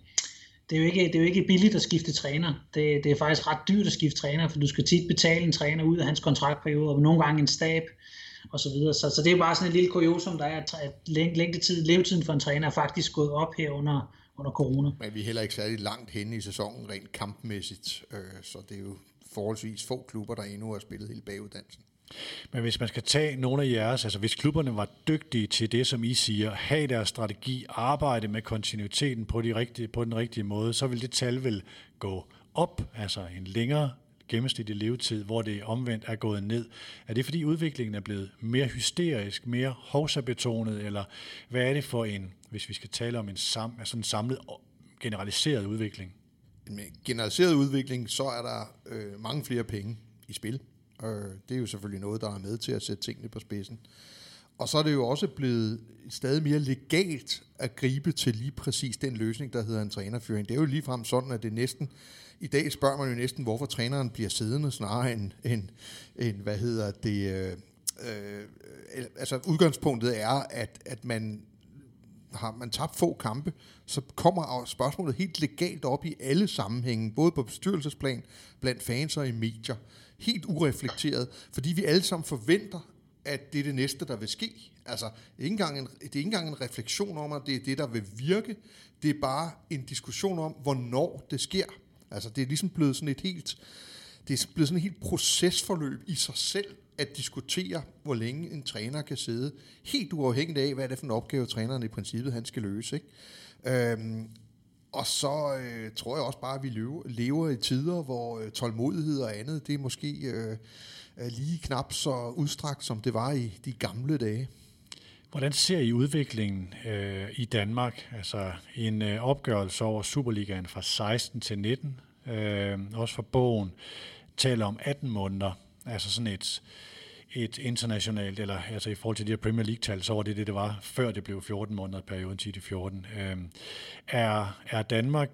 Det er jo ikke billigt at skifte træner. Det er faktisk ret dyrt at skifte træner, for du skal tit betale en træner ud af hans kontraktperiode, og nogle gange en stab, og så videre. Så det er jo bare sådan en lille kuriosum, der er, at levetiden for en træner er faktisk gået op her under corona. Men vi er heller ikke særlig langt henne i sæsonen, rent kampmæssigt, så det er jo forholdsvis få klubber, der endnu har spillet hele baguddannelsen. Men hvis man skal tage nogle af jeres, altså hvis klubberne var dygtige til det, som I siger, have deres strategi, arbejde med kontinuiteten på den rigtige måde, så vil det tal vel gå op, altså en længere gennemsnitlig levetid, hvor det omvendt er gået ned. Er det fordi udviklingen er blevet mere hysterisk, mere hovsabetonet, eller hvad er det for en, hvis vi skal tale om en samlet generaliseret udvikling? Med generaliseret udvikling, så er der mange flere penge i spil. Det er jo selvfølgelig noget, der er med til at sætte tingene på spidsen. Og så er det jo også blevet stadig mere legalt at gribe til lige præcis den løsning, der hedder en trænerfyring. Det er jo ligefrem sådan, at det næsten... I dag spørger man jo næsten, hvorfor træneren bliver siddende, snarere end hvad hedder det... altså udgangspunktet er, at man tabt få kampe, så kommer spørgsmålet helt legalt op i alle sammenhænge, både på bestyrelsesplan, blandt fans og i medier. Helt ureflekteret, fordi vi alle sammen forventer, at det er det næste, der vil ske. Altså, det er ikke engang en refleksion om, at det er det, der vil virke. Det er bare en diskussion om, hvornår det sker. Altså, det er ligesom blevet sådan et helt procesforløb i sig selv, at diskutere, hvor længe en træner kan sidde, helt uafhængigt af, hvad det er for en opgave, træneren i princippet han skal løse, ikke? Og så tror jeg også bare, at vi lever i tider, hvor tålmodighed og andet, det er måske lige knap så udstrakt, som det var i de gamle dage. Hvordan ser I udviklingen i Danmark? Altså en opgørelse over Superligaen fra 16 til 19, også fra bogen, taler om 18 måneder, altså sådan et internationalt, eller altså i forhold til de her Premier League-tal, så var det var, før det blev 14 måneder i perioden 10-14. Er Danmark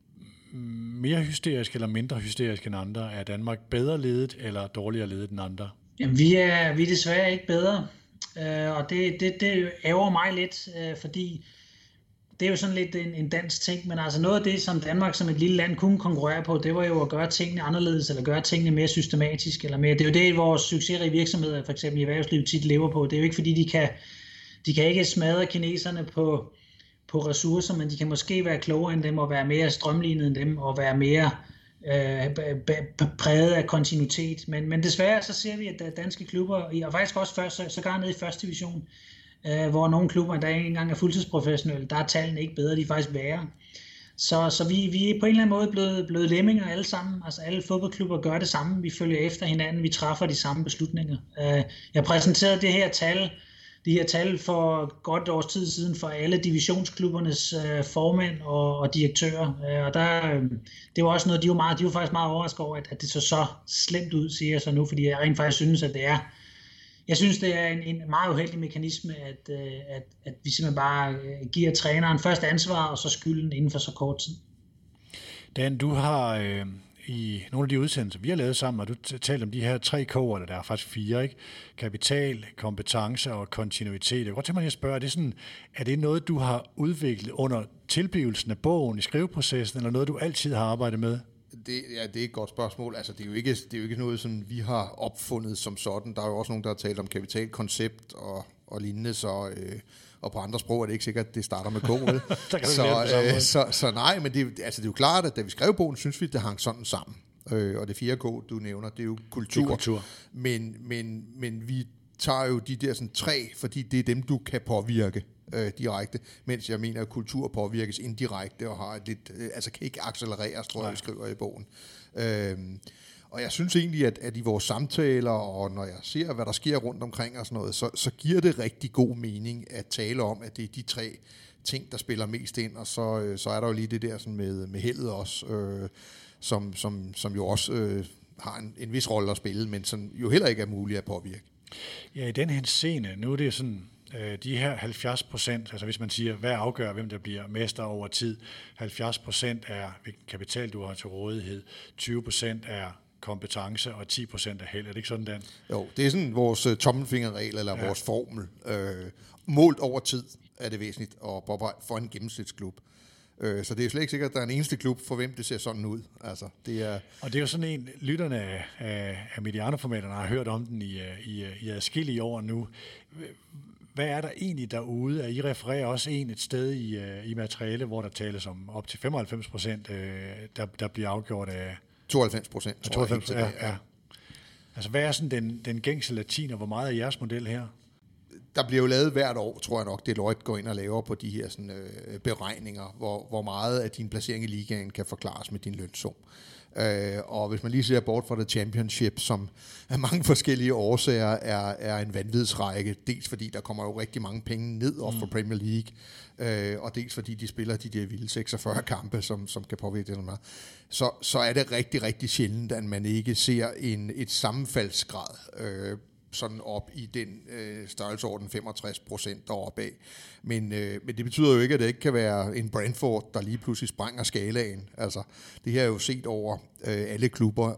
mere hysterisk eller mindre hysterisk end andre? Er Danmark bedre ledet eller dårligere ledet end andre? Jamen, vi er desværre ikke bedre, og det ærger mig lidt, fordi det er jo sådan lidt en dansk ting, men altså noget af det, som Danmark som et lille land kunne konkurrere på, det var jo at gøre tingene anderledes, eller gøre tingene mere systematisk, eller mere. Det er jo det, vores succesrige virksomheder, for eksempel i erhvervslivet, tit lever på. Det er jo ikke fordi, de kan ikke smadre kineserne på ressourcer, men de kan måske være klogere end dem, og være mere strømlignet end dem, og være mere præget af kontinuitet. Men desværre så ser vi, at danske klubber, og faktisk også sågar nede i første division, hvor nogle klubber, der ikke engang er fuldtidsprofessionelle, der er tallene ikke bedre, de er faktisk værre. Så vi er på en eller anden måde blevet lemminger alle sammen. Altså alle fodboldklubber gør det samme. Vi følger efter hinanden. Vi træffer de samme beslutninger. Jeg præsenterede de her tal for godt et års tid siden for alle divisionsklubbernes formænd og direktører. Og det var også noget, de var faktisk meget overrasket over, at det så slemt ud, siger jeg så nu, fordi jeg rent faktisk synes, at det er. Jeg synes, det er en meget uheldig mekanisme, at vi simpelthen bare giver træneren først ansvar og så skylden inden for så kort tid. Dan, du har i nogle af de udsendelser, vi har lavet sammen, og du talt om de her 3 K'er, eller der er faktisk 4, ikke? Kapital, kompetence og kontinuitet. Jeg kunne godt tænke mig at spørge, er det noget, du har udviklet under tilblivelsen af bogen i skriveprocessen, eller noget, du altid har arbejdet med? Det er et godt spørgsmål. Altså, det er jo ikke noget, som vi har opfundet som sådan. Der er jo også nogen, der har talt om kapitalkoncept og lignende, og på andre sprog er det ikke sikkert, at det starter med K. Så nej, men det er jo klart, at da vi skrev bogen, synes vi, det hang sådan sammen. Og det 4. K, du nævner, det er jo kultur. Det er kultur. Men vi tager jo de der sådan 3, fordi det er dem, du kan påvirke direkte, mens jeg mener, at kultur påvirkes indirekte og har et lidt, kan ikke accelereres, tror jeg, vi skriver i bogen. Og jeg synes egentlig, at i vores samtaler, og når jeg ser, hvad der sker rundt omkring og sådan noget, så giver det rigtig god mening at tale om, at det er de 3 ting, der spiller mest ind, og så er der jo lige det der sådan med heldet også, som jo også har en vis rolle at spille, men som jo heller ikke er muligt at påvirke. Ja, i den her scene, nu er det sådan, de her 70%, altså hvis man siger, hvad afgør, hvem der bliver mester over tid, 70% er kapital, du har til rådighed, 20% er kompetence, og 10% er held. Er det ikke sådan, Dan? Jo, det er sådan vores tommelfingerregel, eller vores formel. Målt over tid er det væsentligt at påpege for en gennemsnitsklub. Så det er slet ikke sikkert, at der er en eneste klub, for hvem det ser sådan ud. Altså, det er... Og det er jo sådan en, lytterne af Mediano-formaterne har hørt om den i adskillige år nu. Hvad er der egentlig derude? I refererer også et sted i materiale, hvor der tales om op til 95%, der bliver afgjort af... 92%. 92%, ja. Altså, hvad er sådan den gængse latin, og hvor meget er jeres model her? Der bliver jo lavet hvert år, tror jeg nok, Deloitte går ind og laver på de her sådan, beregninger, hvor meget af din placering i ligaen kan forklares med din lønsum. Og hvis man lige ser bort fra The Championship, som af mange forskellige årsager er en vanvidsrække, dels fordi der kommer jo rigtig mange penge ned for Premier League, og dels fordi de spiller de der vilde 46 kampe, som kan påvirke det. Så er det rigtig, rigtig sjældent, at man ikke ser et sammenfaldsgrad sådan op i den størrelseorden 65% deroppe af. Men det betyder jo ikke, at det ikke kan være en Brentford, der lige pludselig sprænger skalaen. Altså, det her er jo set over alle klubber,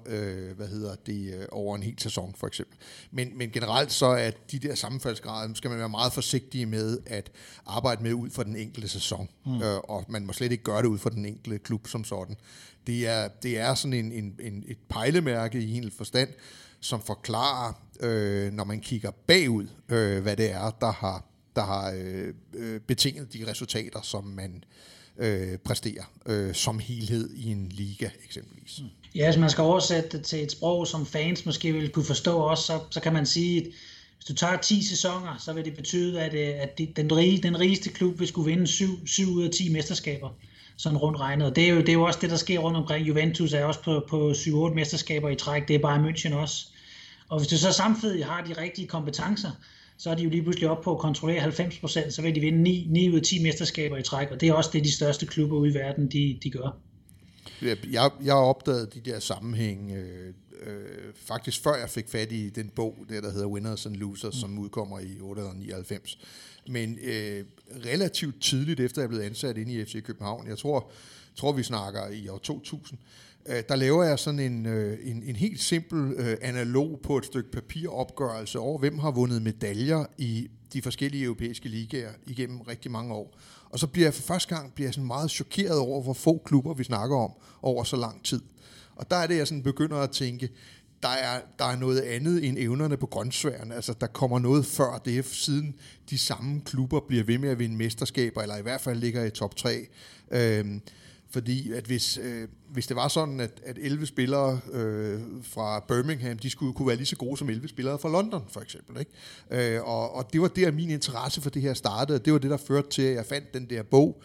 over en hel sæson for eksempel. Men generelt så er de der sammenfaldsgrader, skal man være meget forsigtig med at arbejde med ud for den enkelte sæson. Og man må slet ikke gøre det ud for den enkelte klub som sådan. Det er sådan et pejlemærke i en forstand, som forklarer, når man kigger bagud, hvad det er, der har betinget de resultater, som man præsterer som helhed i en liga eksempelvis. Ja, hvis man skal oversætte det til et sprog, som fans måske vil kunne forstå også, så kan man sige, at hvis du tager 10 sæsoner, så vil det betyde, at den rigeste klub vil skulle vinde 7 ud af 10 mesterskaber, sådan rundt regnet. Og det er jo også det, der sker rundt omkring. Juventus er også på 7-8 mesterskaber i træk, det er bare München også. Og hvis du så samtidig har de rigtige kompetencer, så er de jo lige pludselig oppe på at kontrollere 90%, så vil de vinde 9 ud af 10 mesterskaber i træk, og det er også det, de største klubber ude i verden, de gør. Jeg har opdaget de der sammenhæng, faktisk før jeg fik fat i den bog, der hedder Winners and Losers, som udkommer i 98. Men relativt tidligt efter jeg er blevet ansat inde i FC København, jeg tror vi snakker i år 2000, der laver jeg sådan en helt simpel analog på et stykke papiropgørelse over, hvem har vundet medaljer i de forskellige europæiske ligaer igennem rigtig mange år. Og så bliver jeg for første gang sådan meget chokeret over, hvor få klubber vi snakker om over så lang tid. Og der er det, jeg sådan begynder at tænke, der er noget andet end evnerne på grønsværen. Altså, der kommer noget før det, siden de samme klubber bliver ved med at vinde mesterskaber, eller i hvert fald ligger i top 3. Fordi at hvis det var sådan, at 11 spillere fra Birmingham, de skulle kunne være lige så gode som 11 spillere fra London, for eksempel. Ikke? Og det var der, min interesse for det her startede. Det var det, der førte til, at jeg fandt den der bog,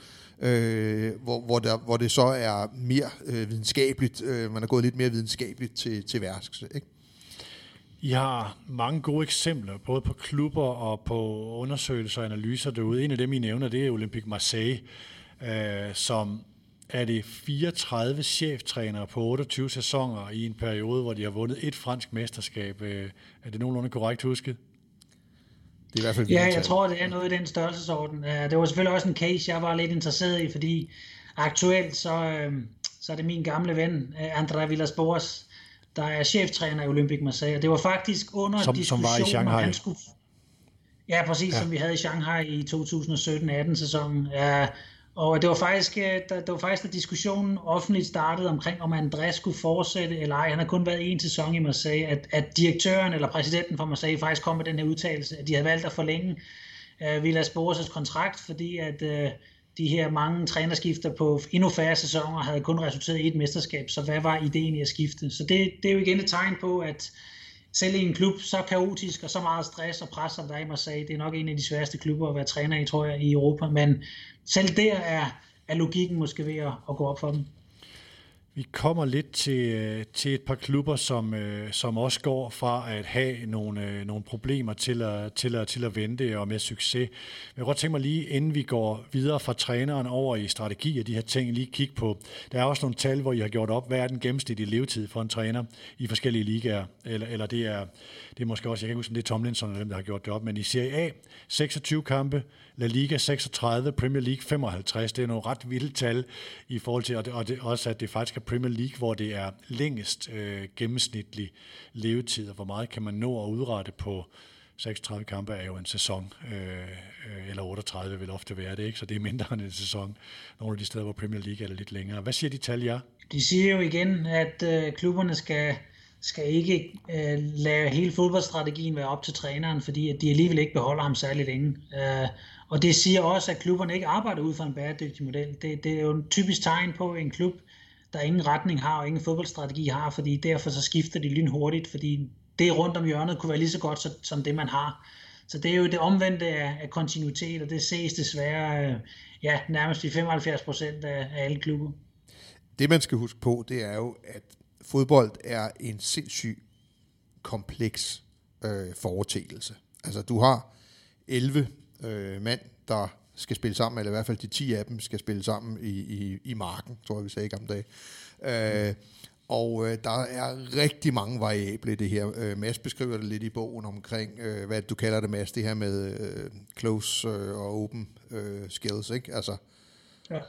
hvor det så er mere videnskabeligt. Man er gået lidt mere videnskabeligt til værks. Ikke? I har mange gode eksempler, både på klubber og på undersøgelser og analyser derude. En af dem, I nævner, det er Olympique Marseille, som er det 34 cheftrænere på 28 sæsoner i en periode, hvor de har vundet et fransk mesterskab. Er det nogenlunde korrekt husket? Det er i hvert fald jeg tror, det er noget i den størrelsesorden. Det var selvfølgelig også en case, jeg var lidt interesseret i, fordi aktuelt så er det min gamle ven, André Villas-Boas, der er cheftræner i Olympique Marseille. Og det var faktisk under diskussionen, som var i Shanghai. Han skulle... Ja, præcis, som vi havde i Shanghai i 2017-18 sæsonen. Og det var faktisk, da diskussionen offentligt startede omkring, om André skulle fortsætte eller ej. Han har kun været en sæson i Marseille, at direktøren eller præsidenten for Marseille faktisk kom med den her udtalelse, at de havde valgt at forlænge Villas-Boas' kontrakt, fordi at de her mange trænerskifter på endnu færre sæsoner havde kun resulteret i et mesterskab. Så hvad var ideen i at skifte? Så det er jo igen et tegn på, at selv i en klub så kaotisk og så meget stress og pres, som der er i Marseille, det er nok en af de sværeste klubber at være træner i, tror jeg, i Europa. Men selv der er logikken måske ved at gå op for dem. Vi kommer lidt til et par klubber, som også går fra at have nogle problemer til at vente og med succes. Jeg kan godt tænke mig lige, inden vi går videre fra træneren over i strategi og de her ting, lige kigge på. Der er også nogle tal, hvor I har gjort op, hvad er den gennemsnitlige levetid for en træner i forskellige ligaer. Eller det er måske også, jeg kan ikke huske, om det er Tomlinson eller dem, der har gjort det op, men i Serie A 26 kampe, La Liga 36, Premier League 55. Det er nogle ret vilde tal i forhold til, og det også, at det faktisk er Premier League, hvor det er længest gennemsnitlig levetid, og hvor meget kan man nå at udrette på 36 kampe er jo en sæson, eller 38 vil ofte være det, ikke? Så det er mindre end en sæson. Nogle af de steder, hvor Premier League er lidt længere. Hvad siger de tal, jer? De siger jo igen, at klubberne skal ikke lade hele fodboldstrategien være op til træneren, fordi at de alligevel ikke beholder ham særlig længe. Og det siger også, at klubberne ikke arbejder ud fra en bæredygtig model. Det er jo en typisk tegn på en klub, der ingen retning har og ingen fodboldstrategi har, fordi derfor så skifter de lynhurtigt, fordi det rundt om hjørnet kunne være lige så godt som det, man har. Så det er jo det omvendte af kontinuitet, og det ses desværre nærmest i 75% af alle klubber. Det, man skal huske på, det er jo, at fodbold er en sindssygt kompleks foretagelse. Altså, du har 11 mand, der skal spille sammen, eller i hvert fald de 10 af dem skal spille sammen i marken, tror jeg, vi sagde i gamle dage. Og der er rigtig mange variable i det her. Mads beskriver det lidt i bogen omkring, hvad du kalder det, Mads, det her med close og open skills, ikke? Altså, ja.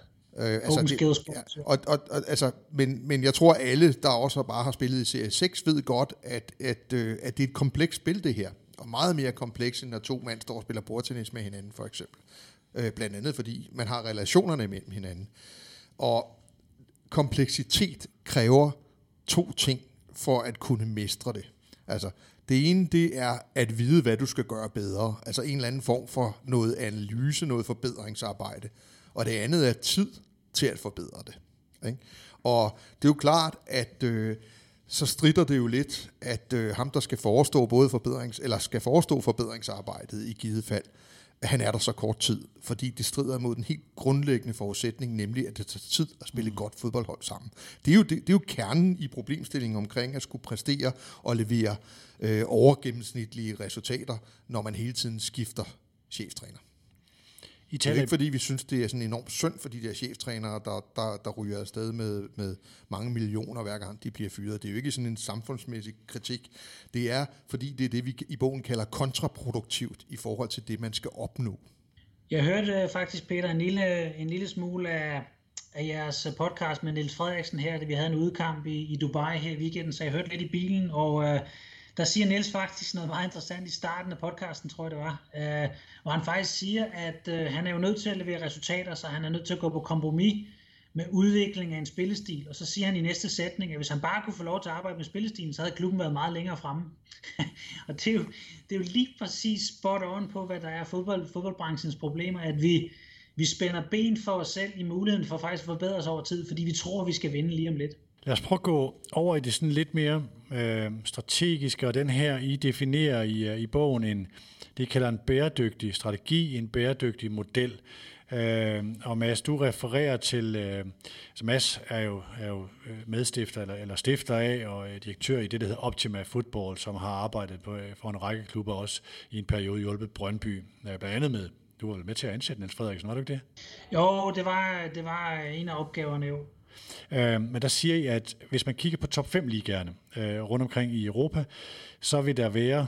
Men jeg tror alle, der også bare har spillet i Serie 6, ved godt, at det er et komplekst spil, det her. Og meget mere komplekst, end når to mand står og spiller bordtennis med hinanden, for eksempel. Blandt andet, fordi man har relationerne mellem hinanden. Og kompleksitet kræver 2 ting for at kunne mestre det. Altså, det ene, det er at vide, hvad du skal gøre bedre. Altså en eller anden form for noget analyse, noget forbedringsarbejde. Og det andet er tid til at forbedre det. Ikke? Og det er jo klart, at så strider det jo lidt, at ham, der skal forestå forbedringsarbejdet i givet fald, han er der så kort tid, fordi det strider mod den helt grundlæggende forudsætning, nemlig at det tager tid at spille et godt fodboldhold sammen. Det er jo kernen i problemstillingen omkring at skulle præstere og levere overgennemsnitlige resultater, når man hele tiden skifter cheftræner. Det er ikke fordi, vi synes, det er sådan enormt synd for de der cheftrænere, der ryger afsted med mange millioner hver gang de bliver fyret. Det er jo ikke sådan en samfundsmæssig kritik. Det er, fordi det er det, vi i bogen kalder kontraproduktivt i forhold til det, man skal opnå. Jeg hørte faktisk, Peter, en lille smule af jeres podcast med Niels Frederiksen her, da vi havde en udkamp i Dubai her i weekenden, så jeg hørte lidt i bilen, og der siger Niels faktisk noget meget interessant i starten af podcasten, tror jeg det var, hvor han faktisk siger, at han er jo nødt til at levere resultater, så han er nødt til at gå på kompromis med udvikling af en spillestil, og så siger han i næste sætning, at hvis han bare kunne få lov til at arbejde med spillestilen, så havde klubben været meget længere fremme. Og det er jo lige præcis spot on på, hvad der er fodboldbranchens problemer, at vi vi spænder ben for os selv i muligheden for faktisk at forbedre os over tid, fordi vi tror, vi skal vinde lige om lidt. Lad os prøve at gå over i det sådan lidt mere strategiske, og den her, I definerer i bogen det I kalder en bæredygtig strategi, en bæredygtig model. Og Mads, du refererer til, altså Mads er jo medstifter eller stifter af og direktør i det, der hedder Optima Football, som har arbejdet for en række klubber også i en periode hjulpet Brøndby, blandt andet med. Du var vel med til at ansætte Niels Frederiksen, var du ikke det? Jo, det var en af opgaverne jo. Men der siger I, at hvis man kigger på top 5 ligaerne rundt omkring i Europa, så vil der være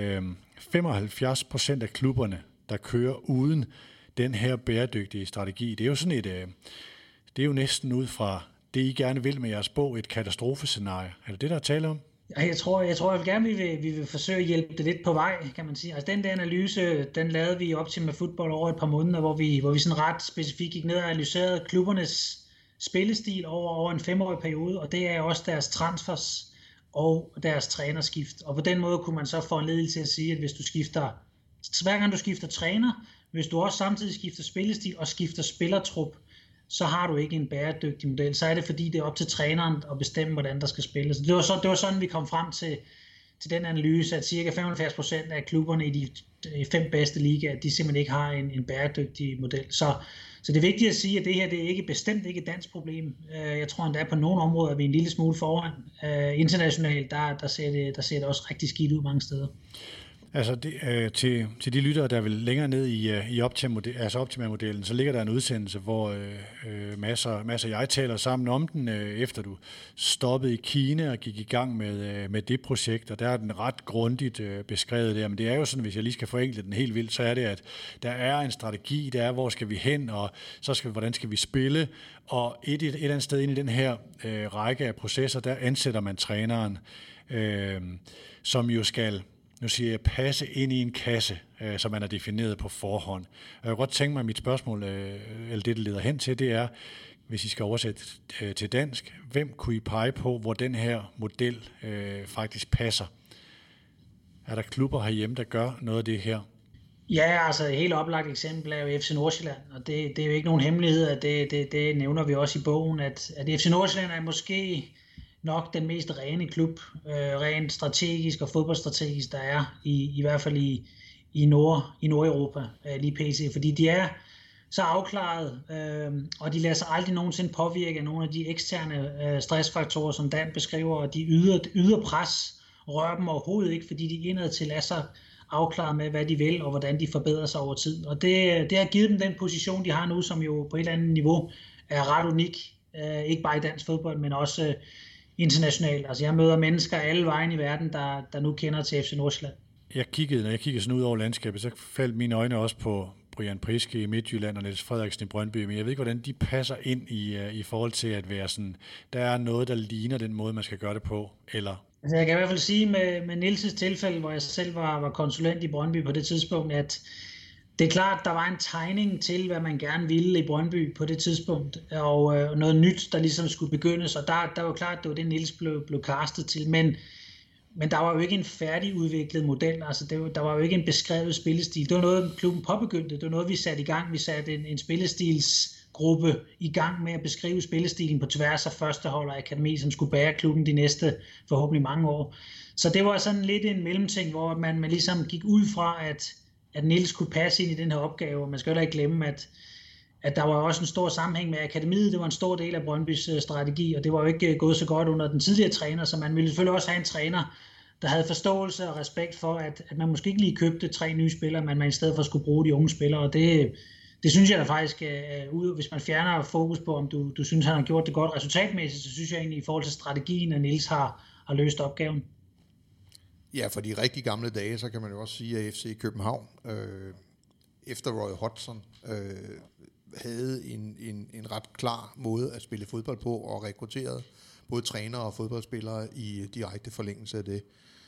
75% af klubberne, der kører uden den her bæredygtige strategi. Det er jo sådan det er jo næsten ud fra det, I gerne vil med jeres bog, et katastrofescenarie. Er det det, der er tale om? Jeg tror jeg vil gerne, vi vil forsøge at hjælpe det lidt på vej, kan man sige. Altså den der analyse, den lavede vi i Optima Football over et par måneder, hvor vi sådan ret specifikt gik ned og analyserede klubbernes spillestil over en 5-årig periode, og det er også deres transfers og deres trænerskift. Og på den måde kunne man så få en ledelse til at sige, at hver gang du skifter træner, hvis du også samtidig skifter spillestil og skifter spillertrup, så har du ikke en bæredygtig model. Så er det fordi, det er op til træneren at bestemme, hvordan der skal spilles. Det var sådan, vi kom frem til den analyse, at cirka 75% af klubberne i de 5 bedste ligaer, de simpelthen ikke har en bæredygtig model. Så det er vigtigt at sige, at det her det er bestemt ikke et dansk problem. Jeg tror endda på nogle områder, at vi er en lille smule foran. Internationalt, der ser det også rigtig skidt ud mange steder. Altså til de lyttere, der vil længere ned i Optima-modellen, så ligger der en udsendelse, hvor Mads og jeg taler sammen om den, efter du stoppede i Kina og gik i gang med det projekt, og der er den ret grundigt beskrevet der. Men det er jo sådan, hvis jeg lige skal forenkle den helt vildt, så er det, at der er en strategi, der er, hvor skal vi hen, og hvordan skal vi spille, og et andet sted ind i den her række af processer, der ansætter man træneren, som jo skal, nu siger jeg, passe ind i en kasse, som man har defineret på forhånd. Jeg kan godt tænke mig, at mit spørgsmål, eller det leder hen til, det er, hvis I skal oversætte til dansk, hvem kunne I pege på, hvor den her model faktisk passer? Er der klubber herhjemme, der gør noget af det her? Ja, altså et helt oplagt eksempel er jo FC Nordsjælland, og det er jo ikke nogen hemmelighed, at det nævner vi også i bogen, at FC Nordsjælland er måske nok den mest rene klub, rent strategisk og fodboldstrategisk, der er, i hvert fald i Nordeuropa, lige pt. Fordi de er så afklaret, og de lader sig aldrig nogensinde påvirke af nogle af de eksterne stressfaktorer, som Dan beskriver, og de yder pres rører dem overhovedet ikke, fordi de indadtil er så afklaret med, hvad de vil, og hvordan de forbedrer sig over tid. Og det har givet dem den position, de har nu, som jo på et eller andet niveau er ret unik, ikke bare i dansk fodbold, men også internationalt. Altså jeg møder mennesker alle vejen i verden, der nu kender til FC Nordsjælland. Når jeg kiggede sådan ud over landskabet, så faldt mine øjne også på Brian Priske i Midtjylland og Niels Frederiksen i Brøndby, men jeg ved ikke, hvordan de passer ind i forhold til at være sådan, der er noget, der ligner den måde, man skal gøre det på, eller? Altså jeg kan i hvert fald sige med Niels' tilfælde, hvor jeg selv var konsulent i Brøndby på det tidspunkt, at det er klart, der var en tegning til, hvad man gerne ville i Brøndby på det tidspunkt, og noget nyt, der ligesom skulle begyndes, og der var klart, det var det, Niels blev castet til, men der var jo ikke en færdigudviklet model, altså der var jo ikke en beskrevet spillestil. Det var noget, klubben påbegyndte, det var noget, vi satte i gang. Vi satte en spillestilsgruppe i gang med at beskrive spillestilen på tværs af førstehold og akademi, som skulle bære klubben de næste forhåbentlig mange år. Så det var sådan lidt en mellemting, hvor man ligesom gik ud fra, at Niels kunne passe ind i den her opgave, og man skal jo ikke glemme, at der var også en stor sammenhæng med akademiet. Det var en stor del af Brøndbys strategi, og det var jo ikke gået så godt under den tidligere træner, så man ville selvfølgelig også have en træner, der havde forståelse og respekt for, at man måske ikke lige købte 3 nye spillere, men man i stedet for skulle bruge de unge spillere, og det synes jeg da faktisk, hvis man fjerner fokus på, om du synes, han har gjort det godt resultatmæssigt, så synes jeg egentlig i forhold til strategien, at Niels har løst opgaven. Ja, for de rigtig gamle dage, så kan man jo også sige, at FC København efter Roy Hodgson havde en ret klar måde at spille fodbold på, og rekrutteret både trænere og fodboldspillere i direkte forlængelse af det.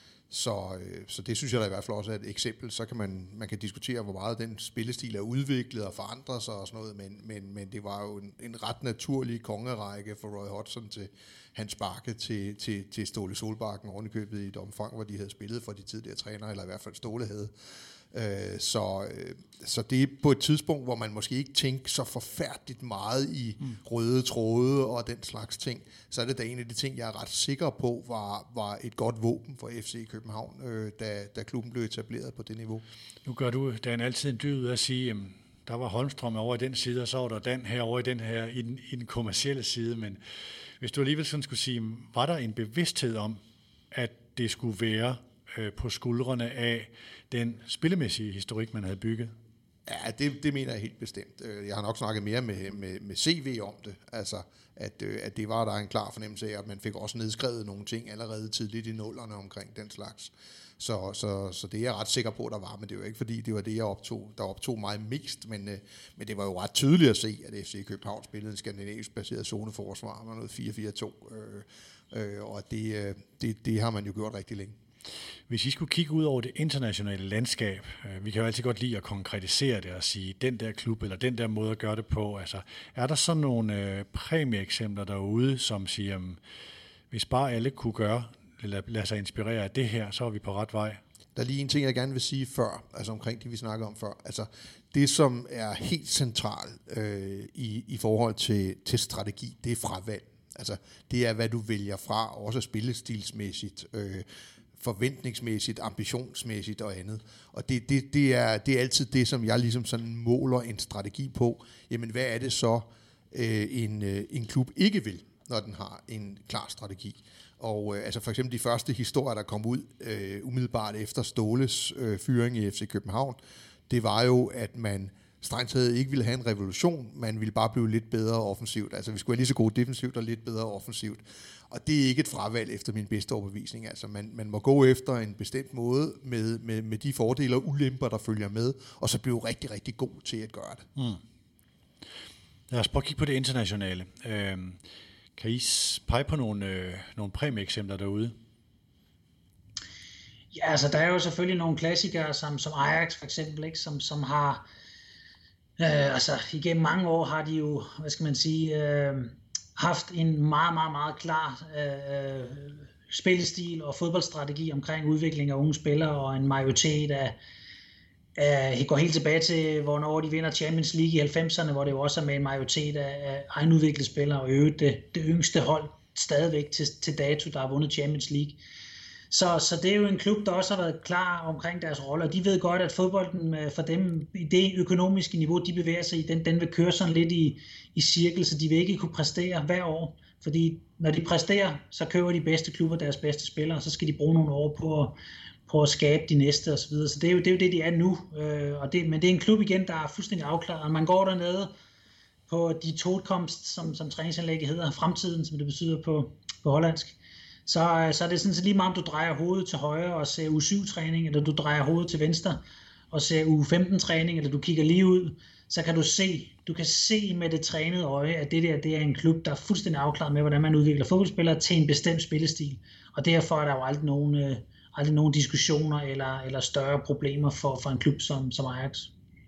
Så det synes jeg da i hvert fald også er et eksempel. Så kan man kan diskutere, hvor meget den spillestil er udviklet og forandret sig og sådan noget, men det var jo en ret naturlig kongerække for Roy Hodgson til Hans Bakke til Ståle Solbakken oven i købet i et omfang, hvor de havde spillet for de tidligere trænere, eller i hvert fald Ståle havde. Så det er på et tidspunkt, hvor man måske ikke tænker så forfærdeligt meget i røde tråde og den slags ting. Så er det da en af de ting, jeg er ret sikker på, var et godt våben for FC København, da klubben blev etableret på det niveau. Nu gør du, Dan, altid en dyd ud at sige, der var Holmstrøm over i den side, og så var der Dan herovre i den kommercielle side. Men hvis du alligevel sådan skulle sige, var der en bevidsthed om, at det skulle være på skuldrene af den spillemæssige historik, man havde bygget? Ja, det mener jeg helt bestemt. Jeg har nok snakket mere med CV om det, altså at det var der en klar fornemmelse af, at man fik også nedskrevet nogle ting allerede tidligt i nullerne omkring den slags. Så det er jeg ret sikker på, der var, men det er jo ikke fordi, det var det, der optog mig mest, men det var jo ret tydeligt at se, at FC København spillede en skandinavisk baseret zoneforsvar med noget 4-4-2, og det har man jo gjort rigtig længe. Hvis I skulle kigge ud over det internationale landskab, vi kan jo altid godt lide at konkretisere det og sige, den der klub eller den der måde at gøre det på, altså er der sådan nogle præmieeksempler derude, som siger, hvis bare alle kunne gøre, eller lade sig inspirere af det her, så er vi på ret vej? Der er lige en ting, jeg gerne vil sige før, altså omkring det, vi snakker om før. Altså det, som er helt centralt i forhold til strategi, det er fravalg. Altså det er, hvad du vælger fra, også spillestilsmæssigt, forventningsmæssigt, ambitionsmæssigt og andet. Og det er altid det, som jeg ligesom sådan måler en strategi på. Jamen, hvad er det så, en klub ikke vil, når den har en klar strategi? Og altså for eksempel de første historier, der kom ud umiddelbart efter Ståles fyring i FC København, det var jo, at man strengt taget ikke ville have en revolution, man ville bare blive lidt bedre offensivt. Altså vi skulle være lige så gode defensivt og lidt bedre offensivt. Og det er ikke et fravalg efter min bedste overbevisning. Altså man må gå efter en bestemt måde med de fordele og ulemper, der følger med, og så blive rigtig, rigtig god til at gøre det. Lad os prøve at kigge på det internationale. Kan I pege på nogle præmieeksempler derude? Ja, altså der er jo selvfølgelig nogle klassikere, som Ajax for eksempel, ikke? Som har, altså igennem mange år har de jo, hvad skal man sige, haft en meget, meget, meget klar spillestil og fodboldstrategi omkring udvikling af unge spillere, og en majoritet af går helt tilbage til, hvornår de vinder Champions League i 90'erne, hvor det jo også er med en majoritet af egenudviklede spillere, og øvrigt det yngste hold stadigvæk til dato, der har vundet Champions League. Så det er jo en klub, der også har været klar omkring deres rolle, og de ved godt, at fodbolden for dem, i det økonomiske niveau, de bevæger sig i, den vil køre sådan lidt i cirkel, så de vil ikke kunne præstere hver år. Fordi når de præsterer, så køber de bedste klubber deres bedste spillere, og så skal de bruge nogle år på at skabe de næste osv. Så det er jo det, de er nu. Men det er en klub igen, der er fuldstændig afklaret. Man går dernede på de totkomst, som træningsanlægget hedder, fremtiden, som det betyder på hollandsk. Så er det sådan set lige meget, om du drejer hovedet til højre og ser U7-træning, eller du drejer hovedet til venstre og ser U15-træning, eller du kigger lige ud, så kan du kan se med det trænede øje, at det er en klub, der er fuldstændig afklaret med, hvordan man udvikler fodboldspillere til en bestemt spillestil. Og derfor er der jo aldrig nogen diskussioner eller større problemer for en klub som Ajax.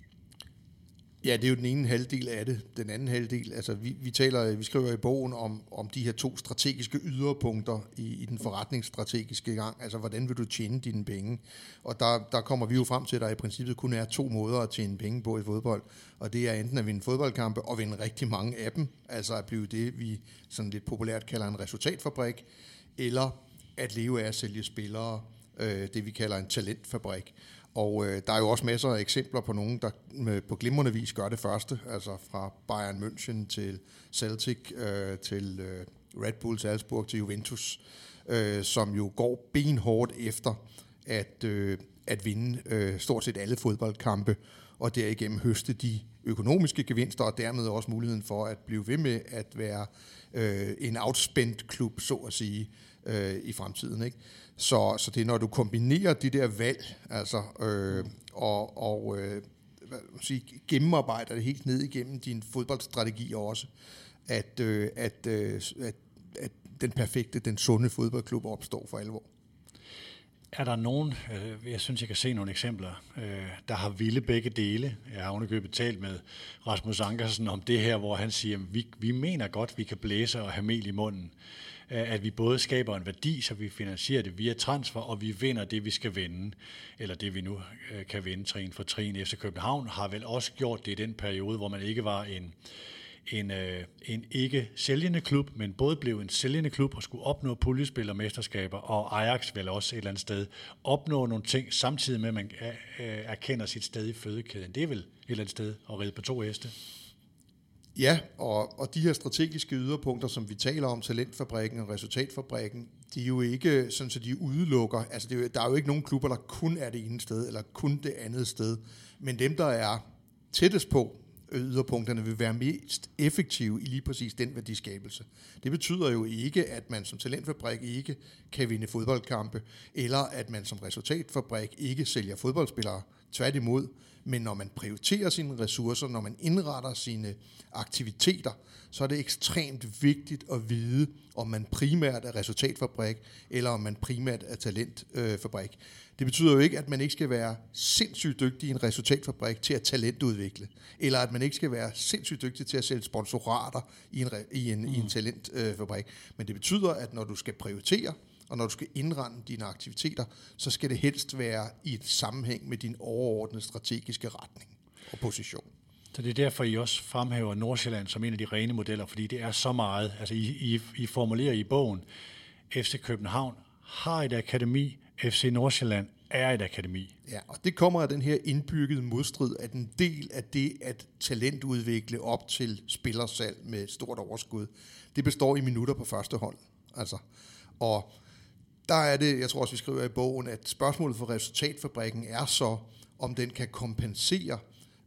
Ja, det er jo den ene halvdel af det. Den anden halvdel, altså vi skriver i bogen om de her to strategiske yderpunkter i den forretningsstrategiske gang. Altså, hvordan vil du tjene dine penge? Og der kommer vi jo frem til, at der i princippet kun er to måder at tjene penge på i fodbold. Og det er enten at vinde fodboldkampe og vinde rigtig mange af dem. Altså at blive det, vi sådan lidt populært kalder en resultatfabrik. Eller at leve af at sælge spillere, det vi kalder en talentfabrik. Og der er jo også masser af eksempler på nogen, der på glimrende vis gør det første, altså fra Bayern München til Celtic, til Red Bull Salzburg, til Juventus, som jo går benhårdt efter at vinde stort set alle fodboldkampe, og derigennem høste de økonomiske gevinster, og dermed også muligheden for at blive ved med at være en outspent klub, så at sige, i fremtiden, ikke? Så det er, når du kombinerer de der valg, altså, gennemarbejder det helt ned igennem din fodboldstrategi også, at den perfekte, den sunde fodboldklub opstår for alvor. Er der nogen, jeg synes, jeg kan se nogle eksempler, der har ville begge dele? Jeg har underkøbet talt med Rasmus Ankersen om det her, hvor han siger, at vi mener godt, vi kan blæse og have mel i munden. At vi både skaber en værdi, så vi finansierer det via transfer, og vi vinder det, vi skal vinde. Eller det, vi nu kan vinde trin for trin. FC København har vel også gjort det i den periode, hvor man ikke var en ikke sælgende klub, men både blev en sælgende klub og skulle opnå puljespil og mesterskaber, og Ajax vel også et eller andet sted opnå nogle ting, samtidig med, at man erkender sit sted i fødekæden. Det er vel et eller andet sted at ride på 2 heste. Ja, og de her strategiske yderpunkter, som vi taler om, talentfabrikken og resultatfabrikken, de er jo ikke sådan, så de udelukker. Altså, der er jo ikke nogen klubber, der kun er det ene sted, eller kun det andet sted. Men dem, der er tættest på yderpunkterne, vil være mest effektive i lige præcis den værdiskabelse. Det betyder jo ikke, at man som talentfabrik ikke kan vinde fodboldkampe, eller at man som resultatfabrik ikke sælger fodboldspillere. Tværtimod. Men når man prioriterer sine ressourcer, når man indretter sine aktiviteter, så er det ekstremt vigtigt at vide, om man primært er resultatfabrik, eller om man primært er talentfabrik. Det betyder jo ikke, at man ikke skal være sindssygt dygtig i en resultatfabrik til at talentudvikle, eller at man ikke skal være sindssygt dygtig til at sælge sponsorater i en talentfabrik. Men det betyder, at når du skal prioritere, og når du skal indrette dine aktiviteter, så skal det helst være i et sammenhæng med din overordnede strategiske retning og position. Så det er derfor, I også fremhæver Nordsjælland som en af de rene modeller, fordi det er så meget. Altså, I formulerer i bogen, FC København har et akademi, FC Nordsjælland er et akademi. Ja, og det kommer af den her indbyggede modstrid, at en del af det at talentudvikle op til spillersalg med stort overskud, det består i minutter på første hold. Altså, og der er det, jeg tror også, vi skriver i bogen, at spørgsmålet for resultatfabrikken er så, om den kan kompensere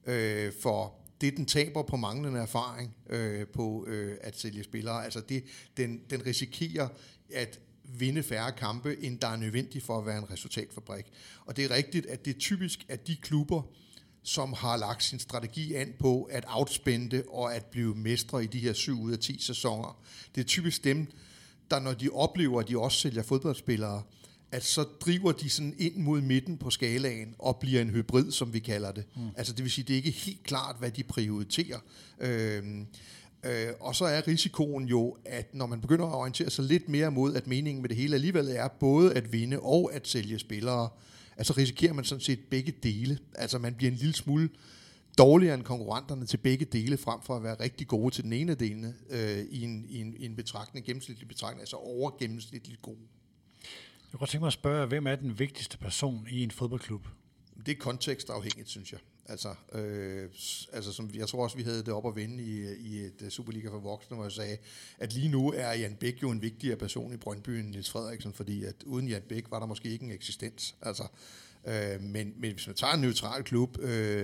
for det, den taber på manglende erfaring på at sælge spillere. Altså den risikerer at vinde færre kampe, end der er nødvendigt for at være en resultatfabrik. Og det er rigtigt, at det er typisk, at de klubber, som har lagt sin strategi an på at outspende og at blive mestre i de her 7 ud af 10 sæsoner, det er typisk dem, der når de oplever, at de også sælger fodboldspillere, at så driver de sådan ind mod midten på skalaen og bliver en hybrid, som vi kalder det. Altså det vil sige, det er ikke helt klart, hvad de prioriterer. Og så er risikoen jo, at når man begynder at orientere sig lidt mere mod, at meningen med det hele alligevel er både at vinde og at sælge spillere, altså risikerer man sådan set begge dele. Altså man bliver en lille smule dårligere end konkurrenterne til begge dele, frem for at være rigtig gode til den ene af delene i en betragtning, gennemsnitlig betragtning, altså overgennemsnitligt gode. Jeg kunne godt tænke mig at spørge, hvem er den vigtigste person i en fodboldklub? Det er kontekstafhængigt, synes jeg. Altså som jeg tror også, vi havde det op at vende i et Superliga for voksne, hvor jeg sagde, at lige nu er Jan Bæk jo en vigtigere person i Brøndby end Niels Frederiksen, fordi at uden Jan Bæk var der måske ikke en eksistens. Altså, men hvis man tager en neutral klub,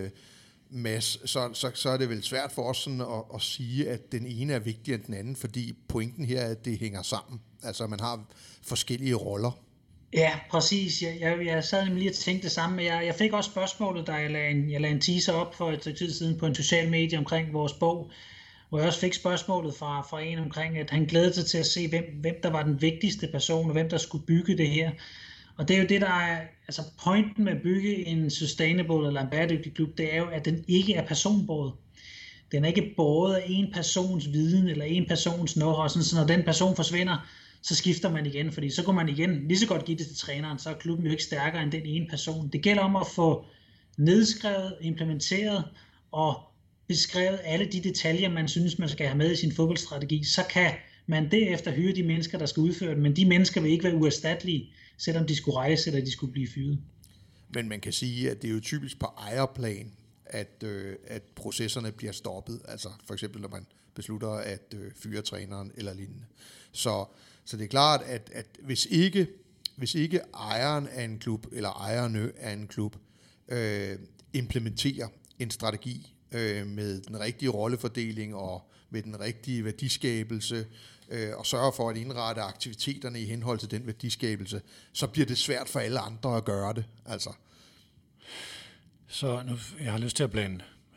Mads, så er det vel svært for os sådan at sige, at den ene er vigtigere end den anden, fordi pointen her er, at det hænger sammen. Altså man har forskellige roller. Ja, præcis. Jeg sad nemlig lige og tænkte det samme. Jeg fik også spørgsmålet, da jeg lagde en teaser op for et tid siden på en social medie omkring vores bog, hvor jeg også fik spørgsmålet fra en omkring, at han glædede sig til at se, hvem der var den vigtigste person, og hvem der skulle bygge det her. Og det er jo det, der er, altså pointen med at bygge en sustainable eller en bæredygtig klub, det er jo, at den ikke er personbåret. Den er ikke båret af en persons viden eller en persons know-how, så når den person forsvinder, så skifter man igen, fordi så går man igen lige så godt give det til træneren, så er klubben jo ikke stærkere end den ene person. Det gælder om at få nedskrevet, implementeret og beskrevet alle de detaljer, man synes, man skal have med i sin fodboldstrategi, så kan man derefter hyre de mennesker, der skal udføre det, men de mennesker vil ikke være uerstattelige, selvom de skulle rejse, eller de skulle blive fyret. Men man kan sige, at det er jo typisk på ejerplan, at processerne bliver stoppet, altså for eksempel når man beslutter at fyre træneren eller lignende. Så det er klart, at hvis ikke ejeren af en klub, eller ejerne af en klub, implementerer en strategi med den rigtige rollefordeling og med den rigtige værdiskabelse, og sørger for at indrette aktiviteterne i henhold til den værdiskabelse, så bliver det svært for alle andre at gøre det. Altså. Så nu, jeg har lyst til at blande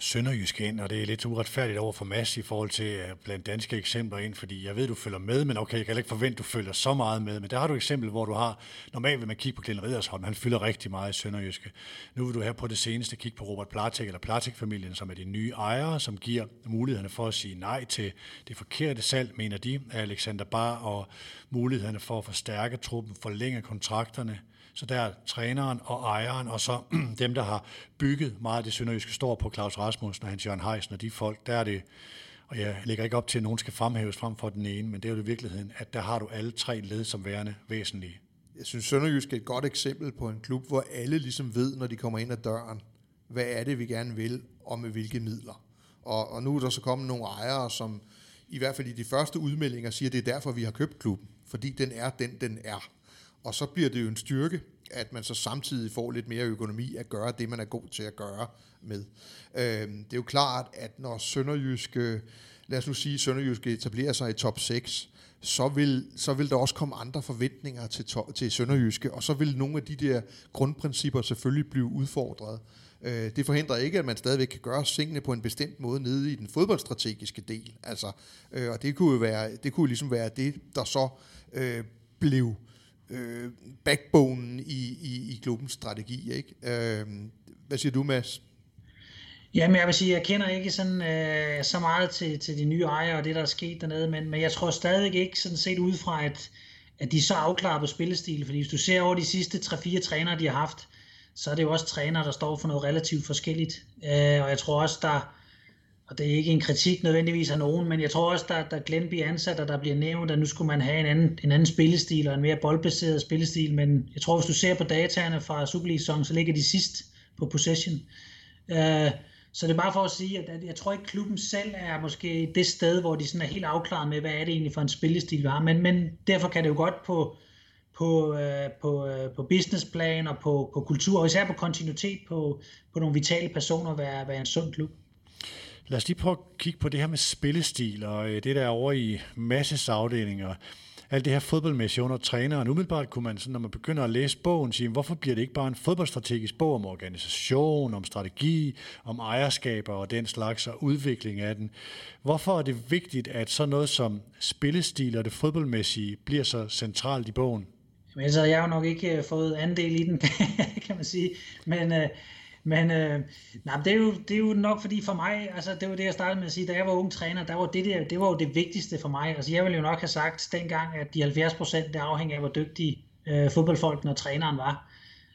sønderjysk ind, og det er lidt uretfærdigt over for Mads i forhold til at blande danske eksempler ind, fordi jeg ved, du følger med, men okay, jeg kan ikke forvente, du følger så meget med. Men der har du et eksempel, hvor du har, normalt vil man kigge på Glenn Riddersholm, han fylder rigtig meget i sønderjyske. Nu vil du her på det seneste kigge på Robert Platek eller Platek-familien, som er de nye ejere, som giver mulighederne for at sige nej til det forkerte salg, mener de, af Alexander Bar, og mulighederne for at forstærke truppen, forlænge kontrakterne. Så der er træneren og ejeren, og så dem, der har bygget meget af det sønderjyske, står på Claus Rasmussen og Hans-Jørgen Heisen og de folk, der er det, og jeg lægger ikke op til, at nogen skal fremhæves frem for den ene, men det er jo i virkeligheden, at der har du alle tre led som værende væsentlige. Jeg synes, Sønderjysk er et godt eksempel på en klub, hvor alle ligesom ved, når de kommer ind ad døren, hvad er det, vi gerne vil, og med hvilke midler. Og nu er der så kommet nogle ejere, som i hvert fald i de første udmeldinger siger, at det er derfor, vi har købt klubben, fordi den er den er. Og så bliver det jo en styrke, at man så samtidig får lidt mere økonomi at gøre det, man er god til at gøre med. Det er jo klart, at når Sønderjyske, lad os nu sige, Sønderjyske etablerer sig i top 6, så vil der også komme andre forventninger til Sønderjyske, og så vil nogle af de der grundprincipper selvfølgelig blive udfordret. Det forhindrer ikke, at man stadigvæk kan gøre tingene på en bestemt måde nede i den fodboldstrategiske del. Altså, og det kunne ligesom være det, der så blev backbonen i klubbens strategi, ikke? Hvad siger du, Mads? Jamen, jeg vil sige, jeg kender ikke sådan, så meget til de nye ejere og det, der er sket dernede, men jeg tror stadig ikke sådan set udefra, at de er så afklaret på spillestil, fordi hvis du ser over de sidste 3-4 trænere, de har haft, så er det jo også trænere, der står for noget relativt forskelligt. Og jeg tror også, og det er ikke en kritik nødvendigvis af nogen, men jeg tror også, der Glenn bliver ansat, og der bliver nævnt, at nu skulle man have en anden spillestil, og en mere boldbaseret spillestil, men jeg tror, hvis du ser på dataerne fra Superliga-sæsonen, så ligger de sidst på possession. Så det er bare for at sige, at jeg tror ikke, klubben selv er måske det sted, hvor de sådan er helt afklaret med, hvad er det egentlig for en spillestil, vi har, men derfor kan det jo godt på businessplan og på kultur, og især på kontinuitet på nogle vitale personer, være en sund klub. Lad os lige prøve at kigge på det her med spillestil, og det der er over i Masses afdelinger. Alt det her fodboldmæssigt under træneren. Umiddelbart kunne man, sådan, når man begynder at læse bogen, sige, hvorfor bliver det ikke bare en fodboldstrategisk bog om organisation, om strategi, om ejerskaber og den slags, og udvikling af den? Hvorfor er det vigtigt, at sådan noget som spillestil og det fodboldmæssige bliver så centralt i bogen? Jamen, altså, jeg har jo nok ikke fået andel i den, kan man sige, men det er jo nok fordi for mig, altså det var det jeg startede med at sige, da jeg var ung træner, det var jo det vigtigste for mig. Altså jeg ville jo nok have sagt dengang, at de 70% det afhænger af, hvor dygtige fodboldfolkene og træneren var.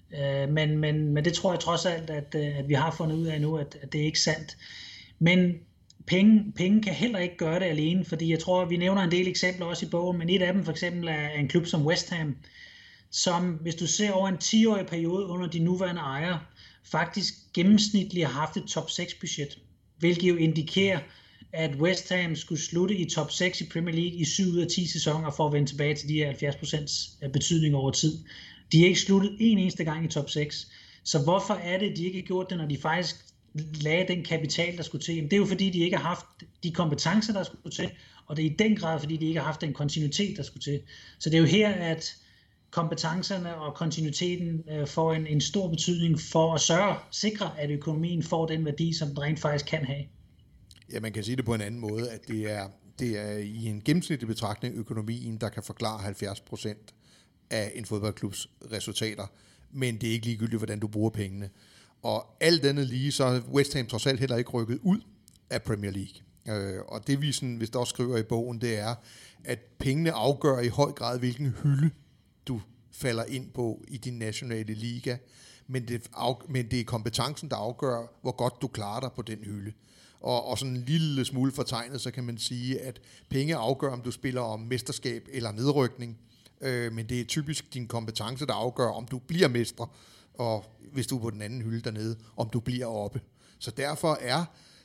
Men det tror jeg trods alt, at vi har fundet ud af nu, at det er ikke sandt. Men penge kan heller ikke gøre det alene, fordi jeg tror, vi nævner en del eksempler også i bogen, men et af dem for eksempel er en klub som West Ham, som hvis du ser over en 10-årig periode under de nuværende ejere, faktisk gennemsnitligt har haft et top 6 budget, hvilket jo indikerer, at West Ham skulle slutte i top 6 i Premier League i 7 ud af 10 sæsoner for at vende tilbage til de her 70% betydning over tid. De har ikke sluttet en eneste gang i top 6. Så hvorfor er det, at de ikke har gjort det, når de faktisk lagde den kapital, der skulle til? Jamen, det er jo fordi, de ikke har haft de kompetencer, der skulle til, og det er i den grad, fordi de ikke har haft den kontinuitet, der skulle til. Så det er jo her, at kompetencerne og kontinuiteten får en stor betydning for at sikre, at økonomien får den værdi, som den rent faktisk kan have. Ja, man kan sige det på en anden måde, at det er i en gennemsnitlig betragtning økonomien, der kan forklare 70% af en fodboldklubs resultater, men det er ikke ligegyldigt, hvordan du bruger pengene. Og alt andet lige, så er West Ham trods alt heller ikke rykket ud af Premier League. Og det vi sådan, hvis der også skriver i bogen, det er, at pengene afgør i høj grad, hvilken hylde du falder ind på i din nationale liga, men det er kompetencen, der afgør, hvor godt du klarer dig på den hylde. Og sådan en lille smule fortegnet, så kan man sige, at penge afgør, om du spiller om mesterskab eller nedrykning, men det er typisk din kompetence, der afgør, om du bliver mester, og hvis du er på den anden hylde dernede, om du bliver oppe. Så derfor er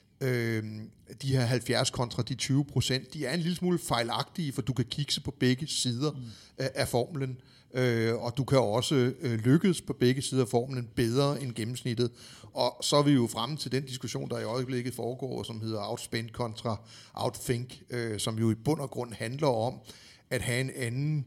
de her 70 kontra de 20%, de er en lille smule fejlagtige, for du kan kigge på begge sider af formlen, og du kan også lykkes på begge sider af formlen bedre end gennemsnittet. Og så er vi jo fremme til den diskussion, der i øjeblikket foregår, som hedder outspend kontra outthink, som jo i bund og grund handler om at have en anden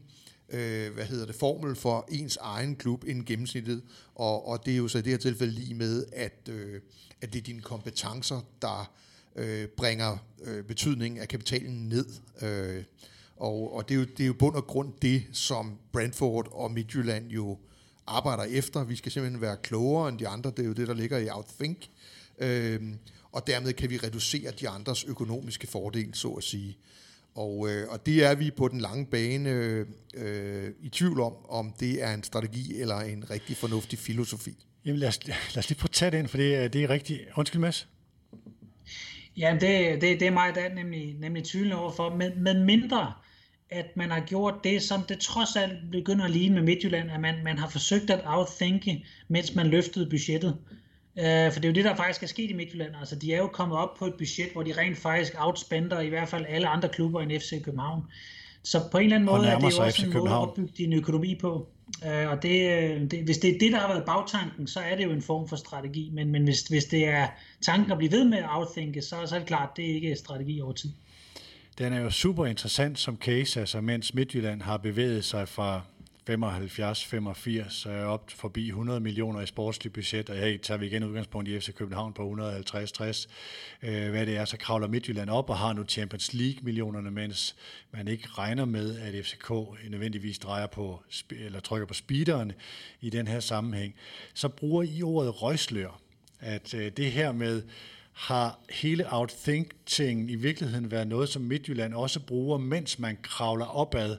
formel for ens egen klub end gennemsnittet, og det er jo så i det her tilfælde lige med, at det er dine kompetencer, der bringer betydningen af kapitalen ned. Og det er jo bund og grund det, som Brentford og Midtjylland jo arbejder efter. Vi skal simpelthen være klogere end de andre, det er jo det, der ligger i Outthink, og dermed kan vi reducere de andres økonomiske fordel, så at sige. Og det er vi på den lange bane i tvivl om det er en strategi eller en rigtig fornuftig filosofi. Jamen lad os lige prøve at tage det ind, for det er rigtigt. Undskyld, Mads. Ja, det er mig, der er nemlig tvivlende overfor. Med mindre, at man har gjort det, som det trods alt begynder at ligne med Midtjylland, at man har forsøgt at outthinke, mens man løftede budgettet. For det er jo det, der faktisk er sket i Midtjylland. Altså, de er jo kommet op på et budget, hvor de rent faktisk outspender i hvert fald alle andre klubber end FC København. Så på en eller anden måde er det jo også en måde at opbygge din økonomi på. Og hvis det er det, der har været bagtanken, så er det jo en form for strategi. Men hvis det er tanken at blive ved med at outthinke, så er det klart, det er ikke strategi over tid. Den er jo super interessant som case, altså mens Midtjylland har bevæget sig fra 75-85 op forbi 100 millioner i sportsligt budget, og her tager vi igen udgangspunkt i FC København på 150-60. Hvad det er, så kravler Midtjylland op og har nu Champions League-millionerne, mens man ikke regner med, at FCK nødvendigvis trykker på speederen i den her sammenhæng. Så bruger I ordet røgslør, at det her med har hele outthinking i virkeligheden været noget, som Midtjylland også bruger, mens man kravler opad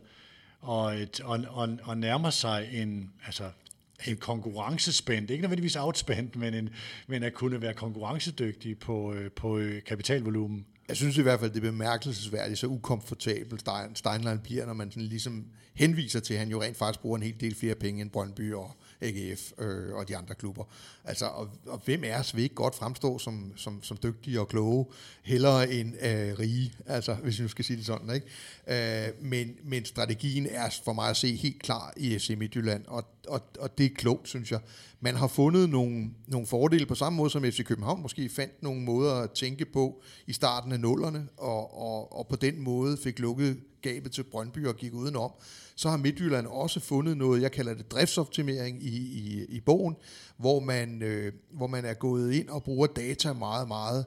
og nærmer sig en konkurrencespændt, ikke nødvendigvis outspændt, men at kunne være konkurrencedygtig på kapitalvolumen. Jeg synes i hvert fald, det er bemærkelsesværdigt, så ukomfortabel Steinlein bliver, når man sådan ligesom henviser til, at han jo rent faktisk bruger en hel del flere penge end Brøndby og AGF og de andre klubber. Altså, og hvem af os vil ikke godt fremstå som dygtige og kloge, hellere end rige, altså, hvis vi nu skal sige det sådan, ikke? Men strategien er for mig at se helt klar i FC Midtjylland, og det er klogt, synes jeg. Man har fundet nogle fordele på samme måde, som FC København måske fandt nogle måder at tænke på i starten af nullerne, og på den måde fik lukket gabet til Brøndby og gik udenom. Så har Midtjylland også fundet noget, jeg kalder det driftsoptimering i bogen, hvor man er gået ind og bruger data meget, meget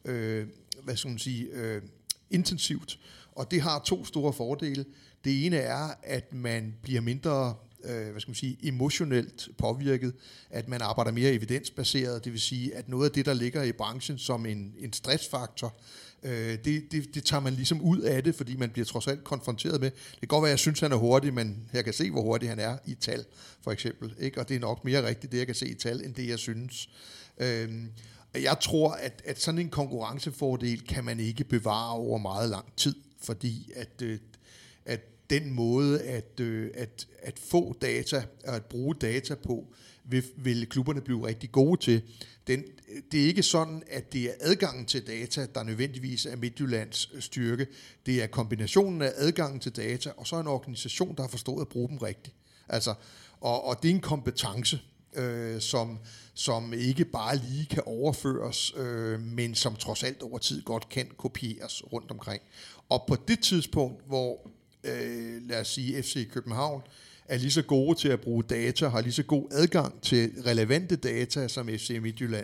intensivt. Og det har to store fordele. Det ene er, at man bliver mindre emotionelt påvirket, at man arbejder mere evidensbaseret, det vil sige, at noget af det, der ligger i branchen som en stressfaktor, det tager man ligesom ud af det, fordi man bliver trods alt konfronteret med. Det kan godt være, at jeg synes, han er hurtig, men jeg kan se, hvor hurtig han er i tal, for eksempel. Ikke? Og det er nok mere rigtigt, det jeg kan se i tal, end det jeg synes. Jeg tror, at sådan en konkurrencefordel kan man ikke bevare over meget lang tid, fordi at den måde at få data og at bruge data på, vil klubberne blive rigtig gode til. Det er ikke sådan, at det er adgangen til data, der nødvendigvis er Midtjyllands styrke. Det er kombinationen af adgangen til data, og så en organisation, der har forstået at bruge dem rigtigt. Altså, og det er en kompetence, som ikke bare lige kan overføres, men som trods alt over tid godt kan kopieres rundt omkring. Og på det tidspunkt, hvor lad os sige FC København er lige så gode til at bruge data, har lige så god adgang til relevante data som FC Midtjylland,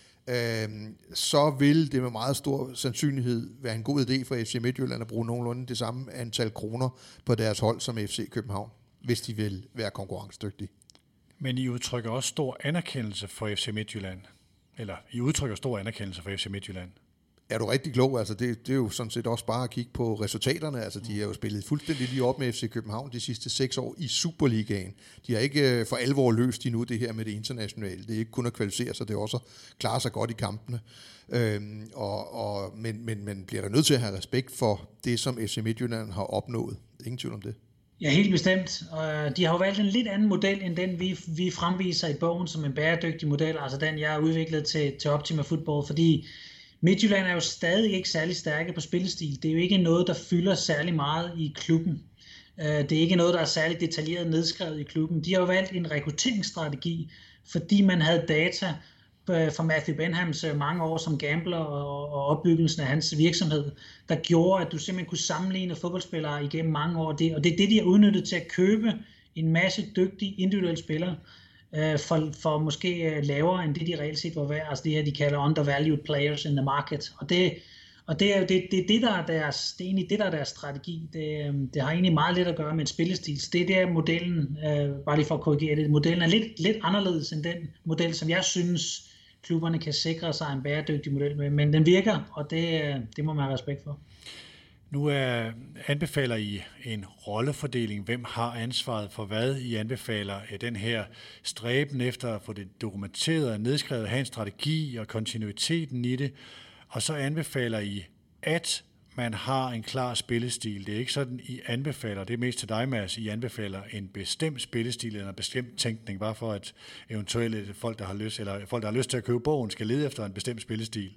så vil det med meget stor sandsynlighed være en god idé for FC Midtjylland at bruge nogenlunde det samme antal kroner på deres hold som FC København, hvis de vil være konkurrencedygtige. Men I udtrykker også stor anerkendelse for FC Midtjylland. Eller I udtrykker stor anerkendelse for FC Midtjylland. Er du rigtig klog? Altså det er jo sådan set også bare at kigge på resultaterne. Altså de har jo spillet fuldstændig lige op med FC København de sidste 6 år i Superligaen. De har ikke for alvor løst endnu det her med det internationale. Det er ikke kun at kvalificere sig, det er også at klare sig godt i kampene. Men bliver der nødt til at have respekt for det, som FC Midtjylland har opnået. Ingen tvivl om det. Ja, helt bestemt. De har jo valgt en lidt anden model, end den vi fremviser i bogen som en bæredygtig model, altså den jeg har udviklet til Optima Football, fordi Midtjylland er jo stadig ikke særlig stærke på spillestil. Det er jo ikke noget, der fylder særlig meget i klubben. Det er ikke noget, der er særlig detaljeret nedskrevet i klubben. De har jo valgt en rekrutteringsstrategi, fordi man havde data for Matthew Benhams mange år som gambler og opbyggelsen af hans virksomhed, der gjorde, at du simpelthen kunne sammenligne fodboldspillere igennem mange år. Og det er det, de har udnyttet til at købe en masse dygtige individuelle spillere for måske lavere end det, de reelt set var værd. Altså det her, de kalder undervalued players in the market. Og det er det, der er deres, det er egentlig det, der er deres strategi. Det har egentlig meget lidt at gøre med en spillestil. Så det er der modellen, bare lige for at korrigere det, modellen er lidt anderledes end den model, som jeg synes, klubberne kan sikre sig en bæredygtig model med. Men den virker, og det må man have respekt for. Nu anbefaler I en rollefordeling. Hvem har ansvaret for hvad? I anbefaler den her stræben efter at få det dokumenteret og nedskrevet, have en strategi og kontinuiteten i det. Og så anbefaler I, at man har en klar spillestil. Det er ikke sådan, I anbefaler, det er mest til dig, Mads, I anbefaler en bestemt spillestil eller en bestemt tænkning, bare for at eventuelle folk, der har lyst til at købe bogen, skal lede efter en bestemt spillestil.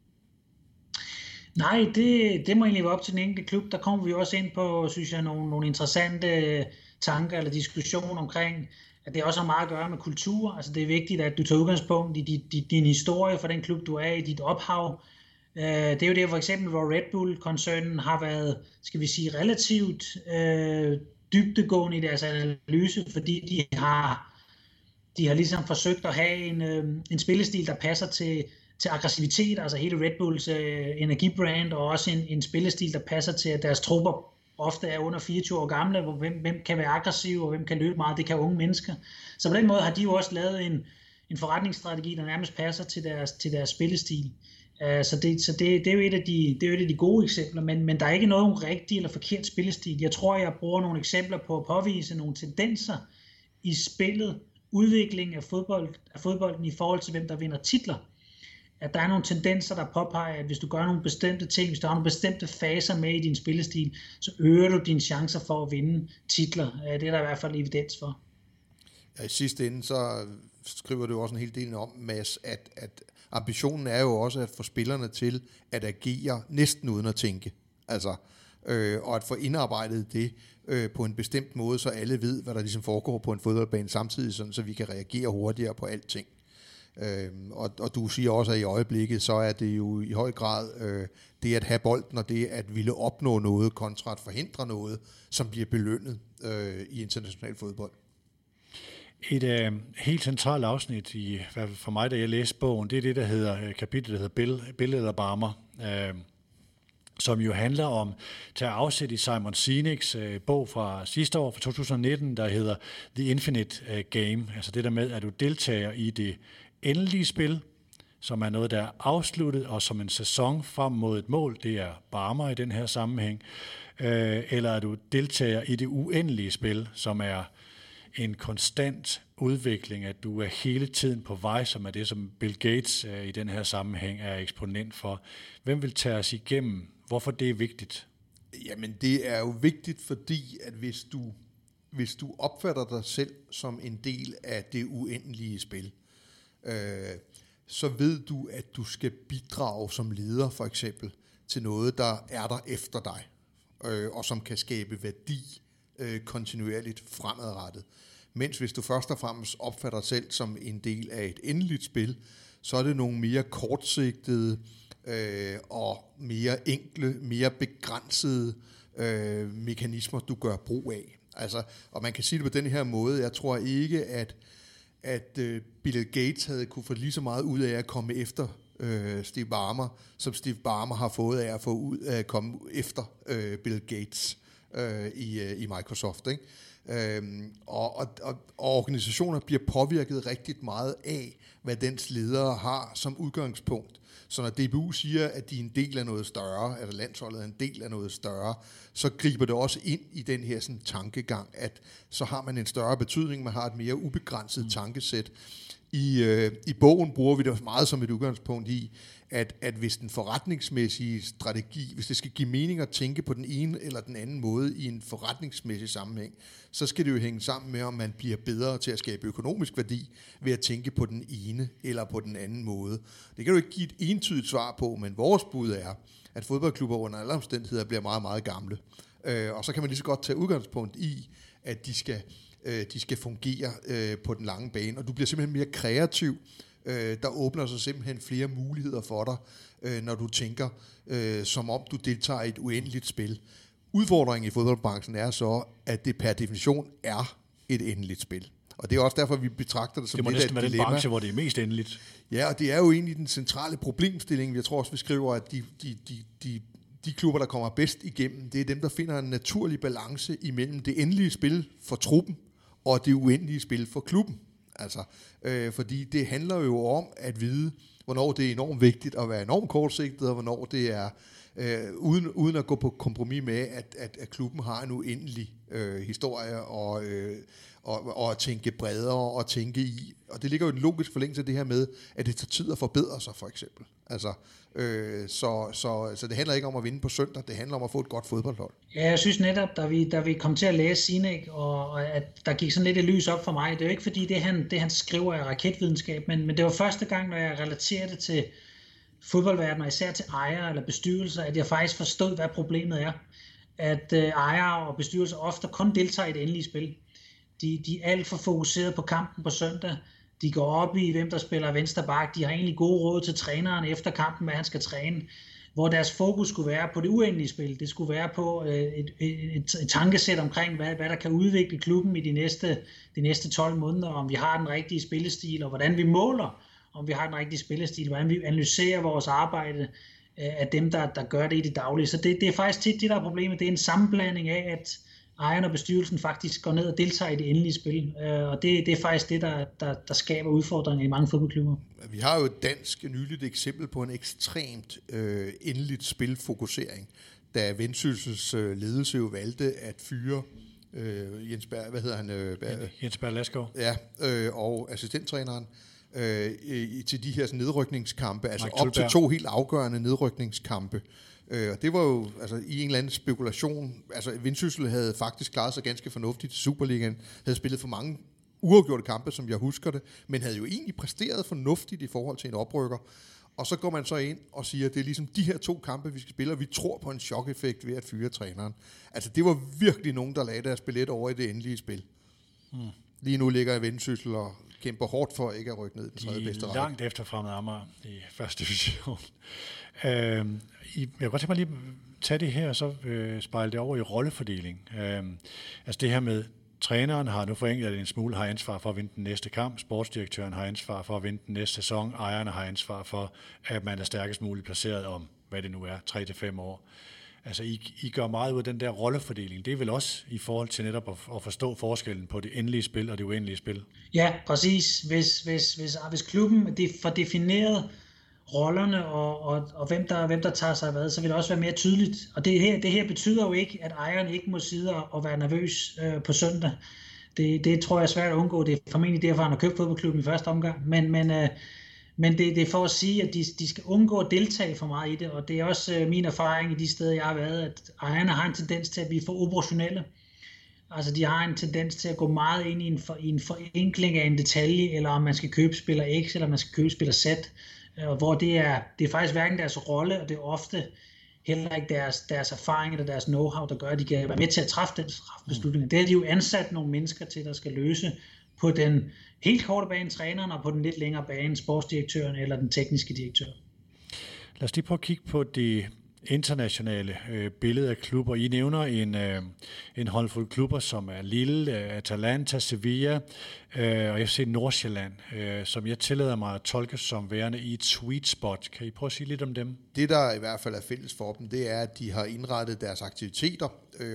Nej, det må egentlig være op til den enkelte klub. Der kommer vi også ind på, synes jeg, nogle interessante tanker eller diskussioner omkring, at det også har meget at gøre med kultur. Altså det er vigtigt, at du tager udgangspunkt i din historie for den klub, du er i, dit ophav. Det er jo det, for eksempel, hvor Red Bull-koncernen har været, skal vi sige, relativt dybdegående i deres analyse, fordi de har ligesom forsøgt at have en spillestil, der passer til aggressivitet, altså hele Red Bulls energibrand, og også en spillestil, der passer til, at deres trupper ofte er under 24 år gamle, hvor hvem kan være aggressiv, og hvem kan løbe meget, det kan unge mennesker. Så på den måde har de jo også lavet en forretningsstrategi, der nærmest passer til deres spillestil. Så det er jo et af de gode eksempler, men der er ikke noget rigtig eller forkert spillestil. Jeg tror, jeg bruger nogle eksempler på at påvise nogle tendenser i spillet, udvikling af fodbolden i forhold til, hvem der vinder titler. At der er nogle tendenser, der påpeger, at hvis du gør nogle bestemte ting, hvis du har nogle bestemte faser med i din spillestil, så øger du dine chancer for at vinde titler. Det er der i hvert fald evidens for. Ja, i sidste ende, så skriver du også en hel del om, Mads, at ambitionen er jo også at få spillerne til at agere næsten uden at tænke. Altså, og at få indarbejdet det på en bestemt måde, så alle ved, hvad der ligesom foregår på en fodboldbane samtidig, sådan, så vi kan reagere hurtigere på alting. Og du siger også, at i øjeblikket, så er det jo i høj grad det at have bolden, og det at ville opnå noget, kontra at forhindre noget, som bliver belønnet i international fodbold. Et helt centralt afsnit, i hvert fald for mig, da jeg læste bogen, det er det, der hedder kapitlet, der hedder Bill eller Barmer, som jo handler om, til at afsætte i Simon Sinek's bog fra sidste år, fra 2019, der hedder The Infinite Game, altså det der med, at du deltager i det endelige spil, som er noget, der er afsluttet, og som en sæson frem mod et mål, det er Barmer i den her sammenhæng, eller at du deltager i det uendelige spil, som er en konstant udvikling, at du er hele tiden på vej, som er det, som Bill Gates i den her sammenhæng er eksponent for. Hvem vil tage os igennem? Hvorfor det er vigtigt? Jamen, det er jo vigtigt, fordi at hvis du opfatter dig selv som en del af det uendelige spil, så ved du, at du skal bidrage som leder, for eksempel, til noget, der er der efter dig, og som kan skabe værdi kontinuerligt fremadrettet. Mens hvis du først og fremmest opfatter dig selv som en del af et endeligt spil, så er det nogle mere kortsigtede og mere enkle, mere begrænsede mekanismer, du gør brug af. Altså, og man kan sige det på den her måde, jeg tror ikke, at Bill Gates havde kunne få lige så meget ud af at komme efter Steve Ballmer, som Steve Ballmer har fået af at få ud af at komme efter Bill Gates i Microsoft, ikke? Og organisationer bliver påvirket rigtig meget af, hvad dens ledere har som udgangspunkt. Så når DBU siger, at de er en del af noget større, eller landsholdet er en del af noget større, så griber det også ind i den her sådan, tankegang, at så har man en større betydning, man har et mere ubegrænset tankesæt. I bogen bruger vi det meget som et udgangspunkt i, at hvis den forretningsmæssige strategi, hvis det skal give mening at tænke på den ene eller den anden måde i en forretningsmæssig sammenhæng, så skal det jo hænge sammen med, om man bliver bedre til at skabe økonomisk værdi ved at tænke på den ene eller på den anden måde. Det kan du ikke give et entydigt svar på, men vores bud er, at fodboldklubber under alle omstændigheder bliver meget, meget gamle. Og så kan man lige så godt tage udgangspunkt i, at de skal fungere på den lange bane, og du bliver simpelthen mere kreativ, Der åbner sig simpelthen flere muligheder for dig, når du tænker, som om du deltager i et uendeligt spil. Udfordringen i fodboldbranchen er så, at det per definition er et endeligt spil. Og det er også derfor, vi betragter det som lidt af et dilemma. Det må næsten være den branche, hvor det er mest endeligt. Ja, og det er jo egentlig den centrale problemstilling. Jeg tror også, vi skriver, at de klubber, der kommer bedst igennem, det er dem, der finder en naturlig balance imellem det endelige spil for truppen og det uendelige spil for klubben. Altså, fordi det handler jo om at vide, hvornår det er enormt vigtigt at være enormt kortsigtet, og hvornår det er uden at gå på kompromis med, at klubben har en uendelig historie og at tænke bredere og tænke i. Og det ligger jo en logisk forlængelse af det her med, at det tager tid at forbedre sig, for eksempel. Altså, så det handler ikke om at vinde på søndag, det handler om at få et godt fodboldhold. Ja, jeg synes netop, da vi kom til at læse Sinek, og at der gik sådan lidt et lys op for mig, det er jo ikke fordi, det han skriver er raketvidenskab, men det var første gang, når jeg relaterer det til fodboldverdenen, og især til ejere eller bestyrelser, at jeg faktisk forstod, hvad problemet er. At ejere og bestyrelser ofte kun deltager i det endelige spil. De er alt for fokuseret på kampen på søndag. De går op i, hvem der spiller venstre bak. De har egentlig gode råd til træneren efter kampen, hvad han skal træne. Hvor deres fokus skulle være på det uendelige spil. Det skulle være på et tankesæt omkring, hvad der kan udvikle klubben i de næste 12 måneder. Om vi har den rigtige spillestil, og hvordan vi måler, om vi har den rigtige spillestil. Hvordan vi analyserer vores arbejde af dem, der gør det i det daglige. Så det er faktisk tit det, der er problemet. Det er en sammenblanding af, at ejeren og bestyrelsen faktisk går ned og deltager i det endelige spil. Og det er faktisk det, der skaber udfordringer i mange fodboldklubber. Vi har jo et dansk nyligt eksempel på en ekstremt endeligt spilfokusering, da Vendsyssels ledelse jo valgte at fyre Jens Berg Laskov. Ja, og assistenttræneren til de her nedrykningskampe, altså op til 2 helt afgørende nedrykningskampe. Og det var jo i en eller anden spekulation. Altså Vendsyssel havde faktisk klaret sig ganske fornuftigt til Superligaen, havde spillet for mange uafgjorte kampe, som jeg husker det, men havde jo egentlig præsteret fornuftigt i forhold til en oprykker. Og så går man så ind og siger, at det er ligesom de her 2 kampe, vi skal spille, og vi tror på en chok-effekt ved at fyre træneren. Altså det var virkelig nogen, der lagde deres billet over i det endelige spil. Lige nu ligger Vendsyssel og kæmper hårdt for ikke at rykke ned i den tredje bedste række. Langt efter Fremad Amager i første division. Jeg kan godt tænke mig lige tage det her og så spejle det over i rollefordeling. Altså det her med, træneren har nu forenklet en smule, har ansvar for at vinde den næste kamp, sportsdirektøren har ansvar for at vinde den næste sæson, ejerne har ansvar for, at man er stærkest muligt placeret om, hvad det nu er, 3-5 år. Altså I gør meget ud af den der rollefordeling. Det er vel også i forhold til netop at forstå forskellen på det endelige spil og det uendelige spil? Ja, præcis. Hvis klubben får defineret rollerne og hvem der tager sig af hvad, så vil det også være mere tydeligt. Og det her betyder jo ikke, at ejeren ikke må sidde og være nervøs på søndag. Det tror jeg er svært at undgå. Det er formentlig derfor, han har købt fodboldklubben i første omgang. Men det er for at sige, at de skal undgå at deltage for meget i det, og det er også min erfaring i de steder, jeg har været, at ejerne har en tendens til at blive for operationelle. Altså de har en tendens til at gå meget ind i en forenkling af en detalje, eller om man skal købe spiller X, eller man skal købe spiller Z, hvor det er faktisk hverken deres rolle, og det er ofte heller ikke deres erfaring eller deres know-how, der gør, at de kan være med til at træffe den beslutning. Det er de jo ansat nogle mennesker til, der skal løse på den helt korte bane træneren, og på den lidt længere bane sportsdirektøren eller den tekniske direktør. Lad os lige prøve at kigge på det internationale billede af klubber. I nævner en håndfuld klubber, som er Lille, Atalanta, Sevilla og FC Nordsjælland, som jeg tillader mig at tolke som værende i et sweet spot. Kan I prøve at sige lidt om dem? Det, der i hvert fald er fælles for dem, det er, at de har indrettet deres aktiviteter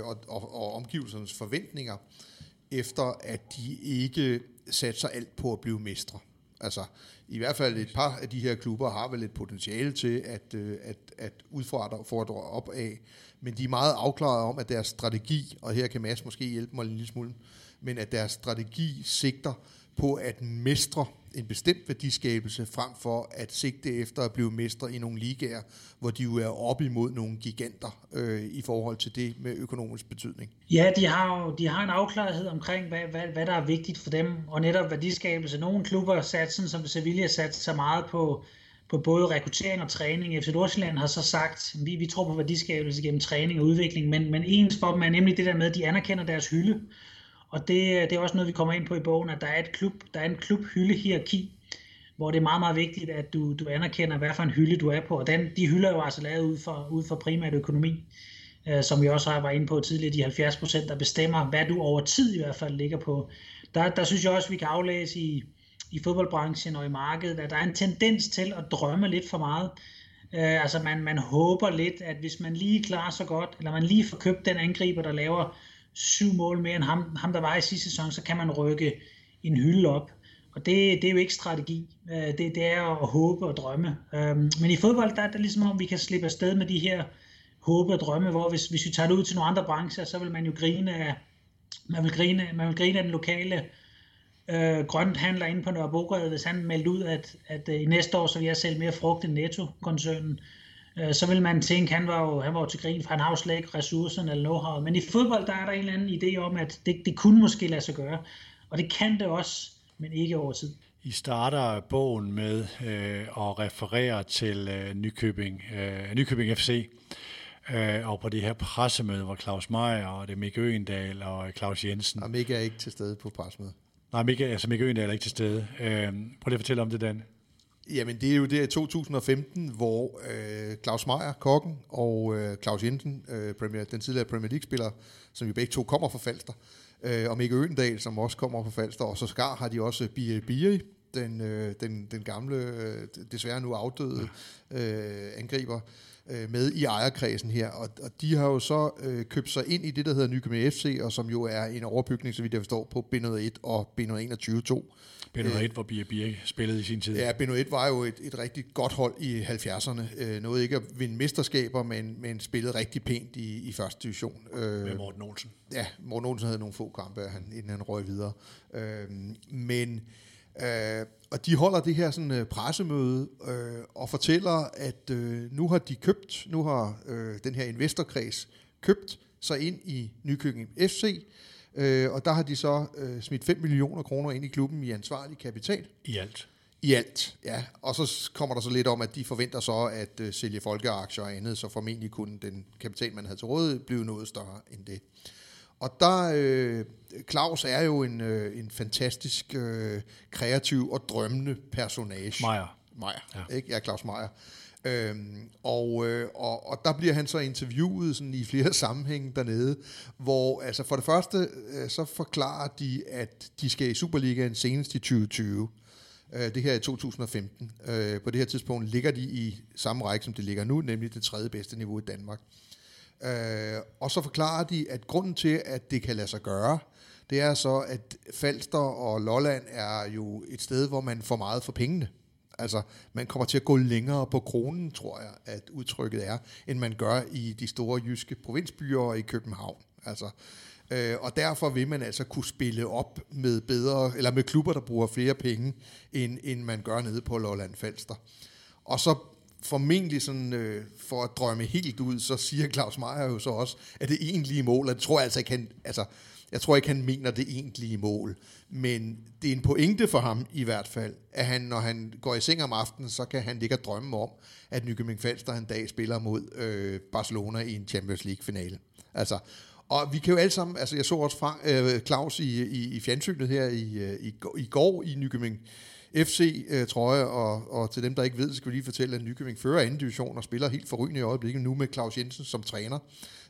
og omgivelsernes forventninger efter, at de ikke satser alt på at blive mestre. Altså, i hvert fald et par af de her klubber har vel et potentiale til at udfordre op af, men de er meget afklaret om, at deres strategi, og her kan Mads måske hjælpe mig en lille smule, men at deres strategi sigter på at mestre en bestemt værdiskabelse, frem for at sigte efter at blive mestre i nogle ligaer, hvor de jo er op imod nogle giganter i forhold til det med økonomisk betydning. Ja, de har en afklarethed omkring, hvad der er vigtigt for dem, og netop værdiskabelse. Nogle klubber satsen, som Sevilla satser så meget på både rekruttering og træning. FC Nordsjælland har så sagt, at vi tror på værdiskabelse gennem træning og udvikling, men ens for dem er nemlig det der med, at de anerkender deres hylde. Og det er også noget, vi kommer ind på i bogen, at der er en klubhylde-hierarki, hvor det er meget, meget vigtigt, at du anerkender, hvad for en hylde du er på. Og de hylder jo altså lavet ud for primært økonomi, som vi også har været inde på tidligere, de 70%, der bestemmer, hvad du over tid i hvert fald ligger på. Der synes jeg også, vi kan aflæse i fodboldbranchen og i markedet, at der er en tendens til at drømme lidt for meget. Altså man håber lidt, at hvis man lige klarer så godt, eller man lige får købt den angriber, der laver 7 mål mere end ham der var i sidste sæson, så kan man rykke en hylde op. Og det er jo ikke strategi. Det er at håbe og drømme. Men i fodbold, der er det ligesom om, vi kan slippe afsted med de her håbe og drømme, hvor hvis vi tager det ud til nogle andre brancher, så vil man jo grine af, man vil grine af den lokale grønthandler inde på Nørrebrogade, hvis han meldte ud, at i næste år, så vil jeg sælge mere frugt end Netto-koncernen. Så vil man tænke, han var jo til grin, for han har jo slet ikke ressourcerne eller know-how. Men i fodbold, der er der en eller anden idé om, at det kunne måske lade sig gøre. Og det kan det også, men ikke over tid. I starter bogen med at referere til Nykøbing FC, og på det her pressemøde, hvor Claus Meyer og det Mikke Øgendahl og Claus Jensen. Og Mikke er ikke til stede på pressemødet. Nej, Mikke Øgendahl er ikke til stede. Prøv lige at fortælle om det, Dan. Jamen, det er jo det i 2015, hvor Claus Meyer, kokken, og Claus Jensen, den tidligere Premier League-spiller, som jo begge to kommer fra Falster, og Mikke Øgendahl, som også kommer fra Falster, og så skar har de også Biri, den gamle, desværre nu afdøde angriber, med i ejerkredsen her, og de har jo så købt sig ind i det, der hedder Nykøbing FC, og som jo er en overbygning, så vidt jeg forstår, på B101 og B121-2. B101, hvor Bia spillede i sin tid. Ja, B101 var jo et rigtig godt hold i 70'erne. Nåede ikke at vinde mesterskaber, men spillede rigtig pænt i første division. Med Morten Olsen. Ja, Morten Olsen havde nogle få kampe, inden han røg videre. Og de holder det her sådan pressemøde og fortæller, at nu har den her investorkreds købt sig ind i Nykøbing FC, og der har de så smidt 5 millioner kroner ind i klubben i ansvarlig kapital. I alt, ja. Og så kommer der så lidt om, at de forventer så at sælge folkeaktier og andet, så formentlig kunne den kapital, man havde til rådighed, blive noget større end det. Og der, Claus er jo en fantastisk kreativ og drømmende personage. Meyer, ja. Ikke? Ja, Claus Meyer. Og der bliver han så interviewet sådan i flere sammenhænge dernede, hvor altså for det første, så forklarer de, at de skal i Superligaen senest i 2020. Det her er 2015. På det her tidspunkt ligger de i samme række, som de ligger nu, nemlig det 3. bedste niveau i Danmark. Og så forklarer de, at grunden til, at det kan lade sig gøre, det er så, at Falster og Lolland er jo et sted, hvor man får meget for pengene. Altså, man kommer til at gå længere på kronen, tror jeg, at udtrykket er, end man gør i de store jyske provinsbyer og i København. Altså, og derfor vil man altså kunne spille op med med klubber, der bruger flere penge, end man gør nede på Lolland Falster. Og så formentlig sådan, for at drømme helt ud, så siger Claus Meyer jo så også, at det egentlige mål, og det tror jeg altså ikke, jeg tror ikke, han mener det egentlige mål, men det er en pointe for ham i hvert fald, at han, når han går i seng om aftenen, så kan han ligge og drømme om, at Nykøbing Falster en dag spiller mod Barcelona i en Champions League-finale. Altså, og vi kan jo alle sammen, altså jeg så også Claus i fjernsynet her i går i Nykøbing FC, tror jeg, og til dem, der ikke ved, så skal vi lige fortælle, at Nykøbing fører anden division og spiller helt forrygende i øjeblikket, nu med Claus Jensen som træner.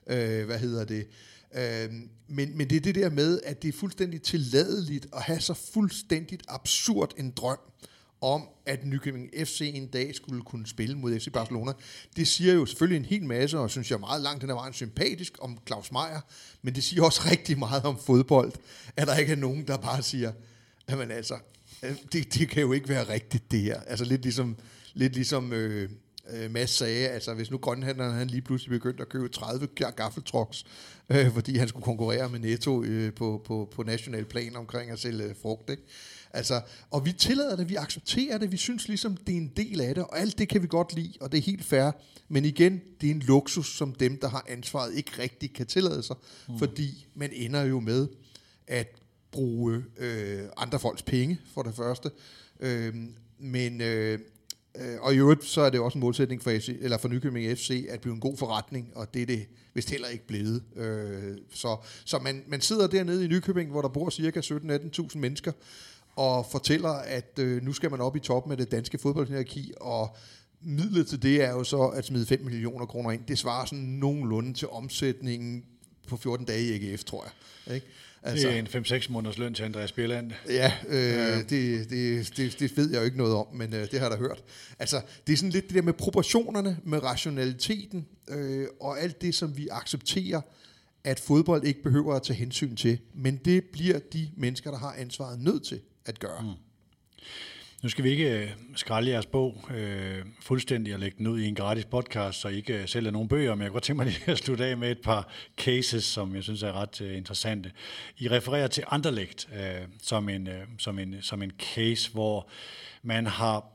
Men det er det der med, at det er fuldstændig tilladeligt at have så fuldstændigt absurd en drøm om, at Nykøbing FC en dag skulle kunne spille mod FC Barcelona. Det siger jo selvfølgelig en hel masse, og synes jeg meget langt den er meget sympatisk om Claus Meyer, men det siger også rigtig meget om fodbold, at der ikke er nogen, der bare siger, jamen altså, det kan jo ikke være rigtigt det her. Altså lidt ligesom Mads sagde, altså hvis nu grønhandleren han lige pludselig begyndte at købe 30 gaffeltrucks, fordi han skulle konkurrere med Netto på national plan omkring at sælge frugt, ikke? Altså, og vi tillader det, vi accepterer det, vi synes ligesom, det er en del af det, og alt det kan vi godt lide, og det er helt fair. Men igen, det er en luksus, som dem, der har ansvaret, ikke rigtig kan tillade sig, fordi man ender jo med at bruge andre folks penge, for det første. Og i øvrigt, så er det også en målsætning for Nykøbing FC at blive en god forretning, og det er det vist heller ikke blevet. Så man sidder dernede i Nykøbing, hvor der bor cirka 17-18.000 mennesker, og fortæller, at nu skal man op i toppen af det danske fodboldhierarki, og midlet til det er jo så at smide 5 millioner kroner ind. Det svarer sådan nogenlunde til omsætningen på 14 dage i AGF, tror jeg. Ikke? Altså, det er en 5-6 måneders løn til Andreas Bjelland. Ja, det ved jeg jo ikke noget om, men det har jeg da hørt. Altså, det er sådan lidt det der med proportionerne, med rationaliteten, og alt det, som vi accepterer, at fodbold ikke behøver at tage hensyn til. Men det bliver de mennesker, der har ansvaret, nødt til at gøre. Mm. Nu skal vi ikke skralde jeres bog fuldstændig og lægge den ud i en gratis podcast, så I ikke sælger nogle bøger, men jeg kunne godt tænke mig lige at slutte af med et par cases, som jeg synes er ret interessante. I refererer til Anderlecht som en case, hvor man har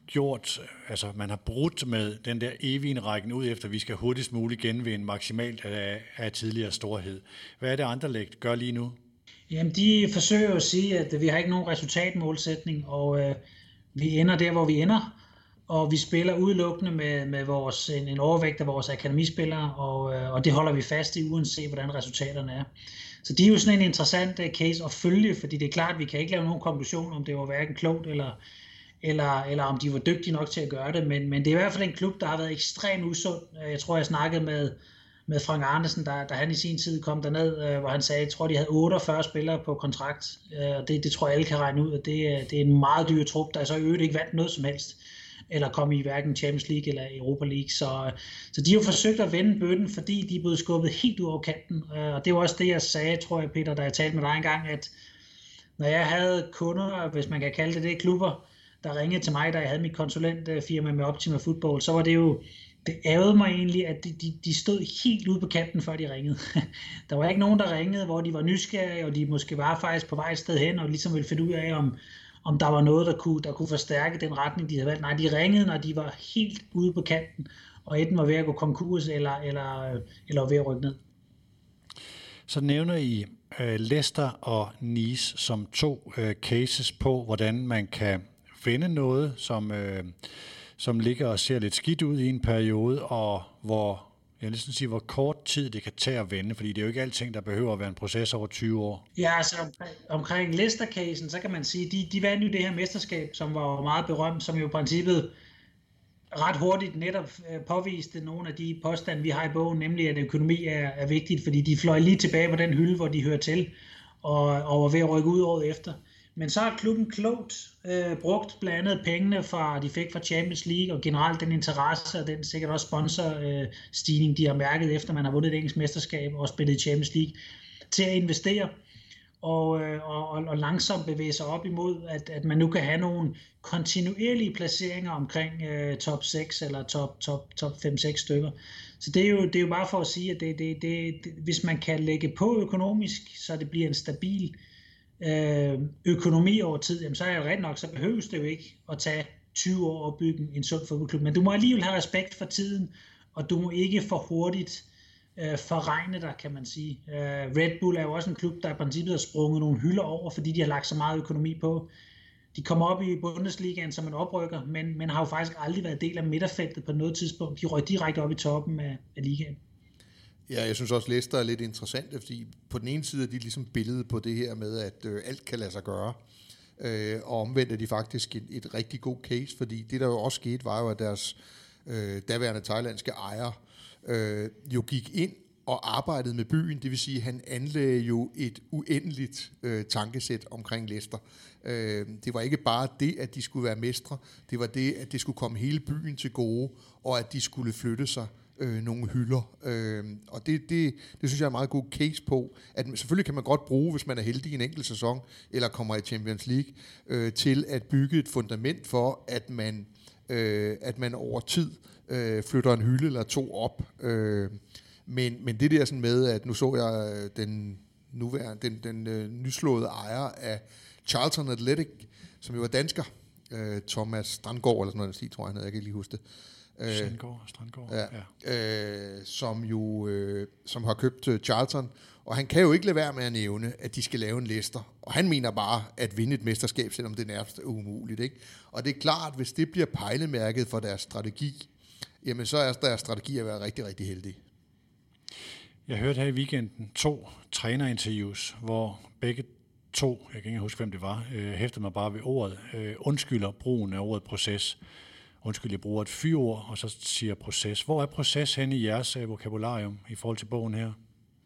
man har brudt med den der evige rækken ud efter, vi skal hurtigst muligt genvinde maksimalt af tidligere storhed. Hvad er det, Anderlecht gør lige nu? Jamen, de forsøger jo at sige, at vi har ikke nogen resultatmålsætning, og vi ender der, hvor vi ender, og vi spiller udelukkende med en overvægt af vores akademispillere, og det holder vi fast i, uanset hvordan resultaterne er. Så det er jo sådan en interessant case at følge, fordi det er klart, at vi kan ikke lave nogen konklusion, om det var hverken klogt eller om de var dygtige nok til at gøre det, men det er i hvert fald en klub, der har været ekstremt usund. Jeg tror, jeg snakkede med Frank Arnesen, da han i sin tid kom derned, hvor han sagde, jeg tror, de havde 48 spillere på kontrakt, og det tror jeg alle kan regne ud, at det er en meget dyr trup, der så i øvrigt ikke vandt noget som helst, eller kom i hverken Champions League eller Europa League, så de har jo forsøgt at vende bøtten, fordi de er blevet skubbet helt ud over kanten, og det var også det, jeg sagde, tror jeg, Peter, da jeg talte med dig engang, at når jeg havde kunder, hvis man kan kalde det klubber, der ringede til mig, da jeg havde mit konsulentfirma med Optima Football, så var det jo, det ærgede mig egentlig, at de stod helt ude på kanten, før de ringede. Der var ikke nogen, der ringede, hvor de var nysgerrige, og de måske var faktisk på vej et sted hen, og ligesom ville finde ud af, om der var noget, der kunne forstærke den retning, de havde valgt. Nej, de ringede, når de var helt ude på kanten, og enten var ved at gå konkurs, eller ved at rykke ned. Så nævner I Leicester og Nice som to cases på, hvordan man kan finde noget, som ligger og ser lidt skidt ud i en periode, og hvor kort tid det kan tage at vende, fordi det er jo ikke alting, der behøver at være en proces over 20 år. Ja, altså omkring Leicester-casen, så kan man sige, de vandt jo det her mesterskab, som var meget berømt, som jo i princippet ret hurtigt netop påviste nogle af de påstande, vi har i bogen, nemlig at økonomi er vigtigt, fordi de fløj lige tilbage på den hylde, hvor de hører til, og var ved at rykke ud året efter. Men så har klubben klogt brugt blandt andet pengene, de fik fra Champions League, og generelt den interesse og den sikkert også sponsorstigning, de har mærket efter, man har vundet et engelsk mesterskab og spillet i Champions League, til at investere og langsomt bevæge sig op imod, at man nu kan have nogle kontinuerlige placeringer omkring top 6 eller top 5-6 stykker. Så det er jo bare for at sige, at hvis man kan lægge på økonomisk, så det bliver en stabil økonomi over tid, jamen så er det ret nok, så behøves det jo ikke at tage 20 år at bygge en sund fodboldklub. Men du må alligevel have respekt for tiden, og du må ikke for hurtigt forregne dig, kan man sige. Red Bull er jo også en klub, der i princippet har sprunget nogle hylder over, fordi de har lagt så meget økonomi på. De kommer op i Bundesligaen som en oprykker, men har jo faktisk aldrig været del af midterfeltet på noget tidspunkt. De røg direkte op i toppen af ligaen. Ja, jeg synes også, Leicester er lidt interessant, fordi på den ene side er de ligesom billedet på det her med, at alt kan lade sig gøre. Og omvendt er de faktisk et rigtig god case, fordi det der jo også skete, var jo, at deres daværende thailandske ejer jo gik ind og arbejdede med byen, det vil sige, at han anlagde jo et uendeligt tankesæt omkring Leicester. Det var ikke bare det, at de skulle være mestre, det var det, at det skulle komme hele byen til gode, og at de skulle flytte sig nogle hylder. Og det synes jeg er en meget god case på, at selvfølgelig kan man godt bruge, hvis man er heldig i en enkelt sæson, eller kommer i Champions League, til at bygge et fundament for, at man over tid flytter en hylde eller to op. Men det der sådan med, at nu så jeg den nyslåede ejer af Charlton Athletic, som jo var dansker, Thomas Strandgaard eller sådan noget, tror jeg, jeg kan ikke lige huske det. Strandgaard. Ja. Som har købt Charlton, og han kan jo ikke lade være med at nævne, at de skal lave en Leicester, og han mener bare at vinde et mesterskab, selvom det nærmest er umuligt, ikke? Og det er klart, hvis det bliver pejlemærket for deres strategi, jamen så er deres strategi at være rigtig, rigtig heldig. Jeg hørte her i weekenden 2 trænerinterviews, hvor begge jeg kan ikke huske, hvem det var, hæftede mig bare ved ordet, undskylder brugen af ordet proces. Undskyld, jeg bruger et fyord, og så siger proces. Hvor er proces henne i jeres vokabularium i forhold til bogen her?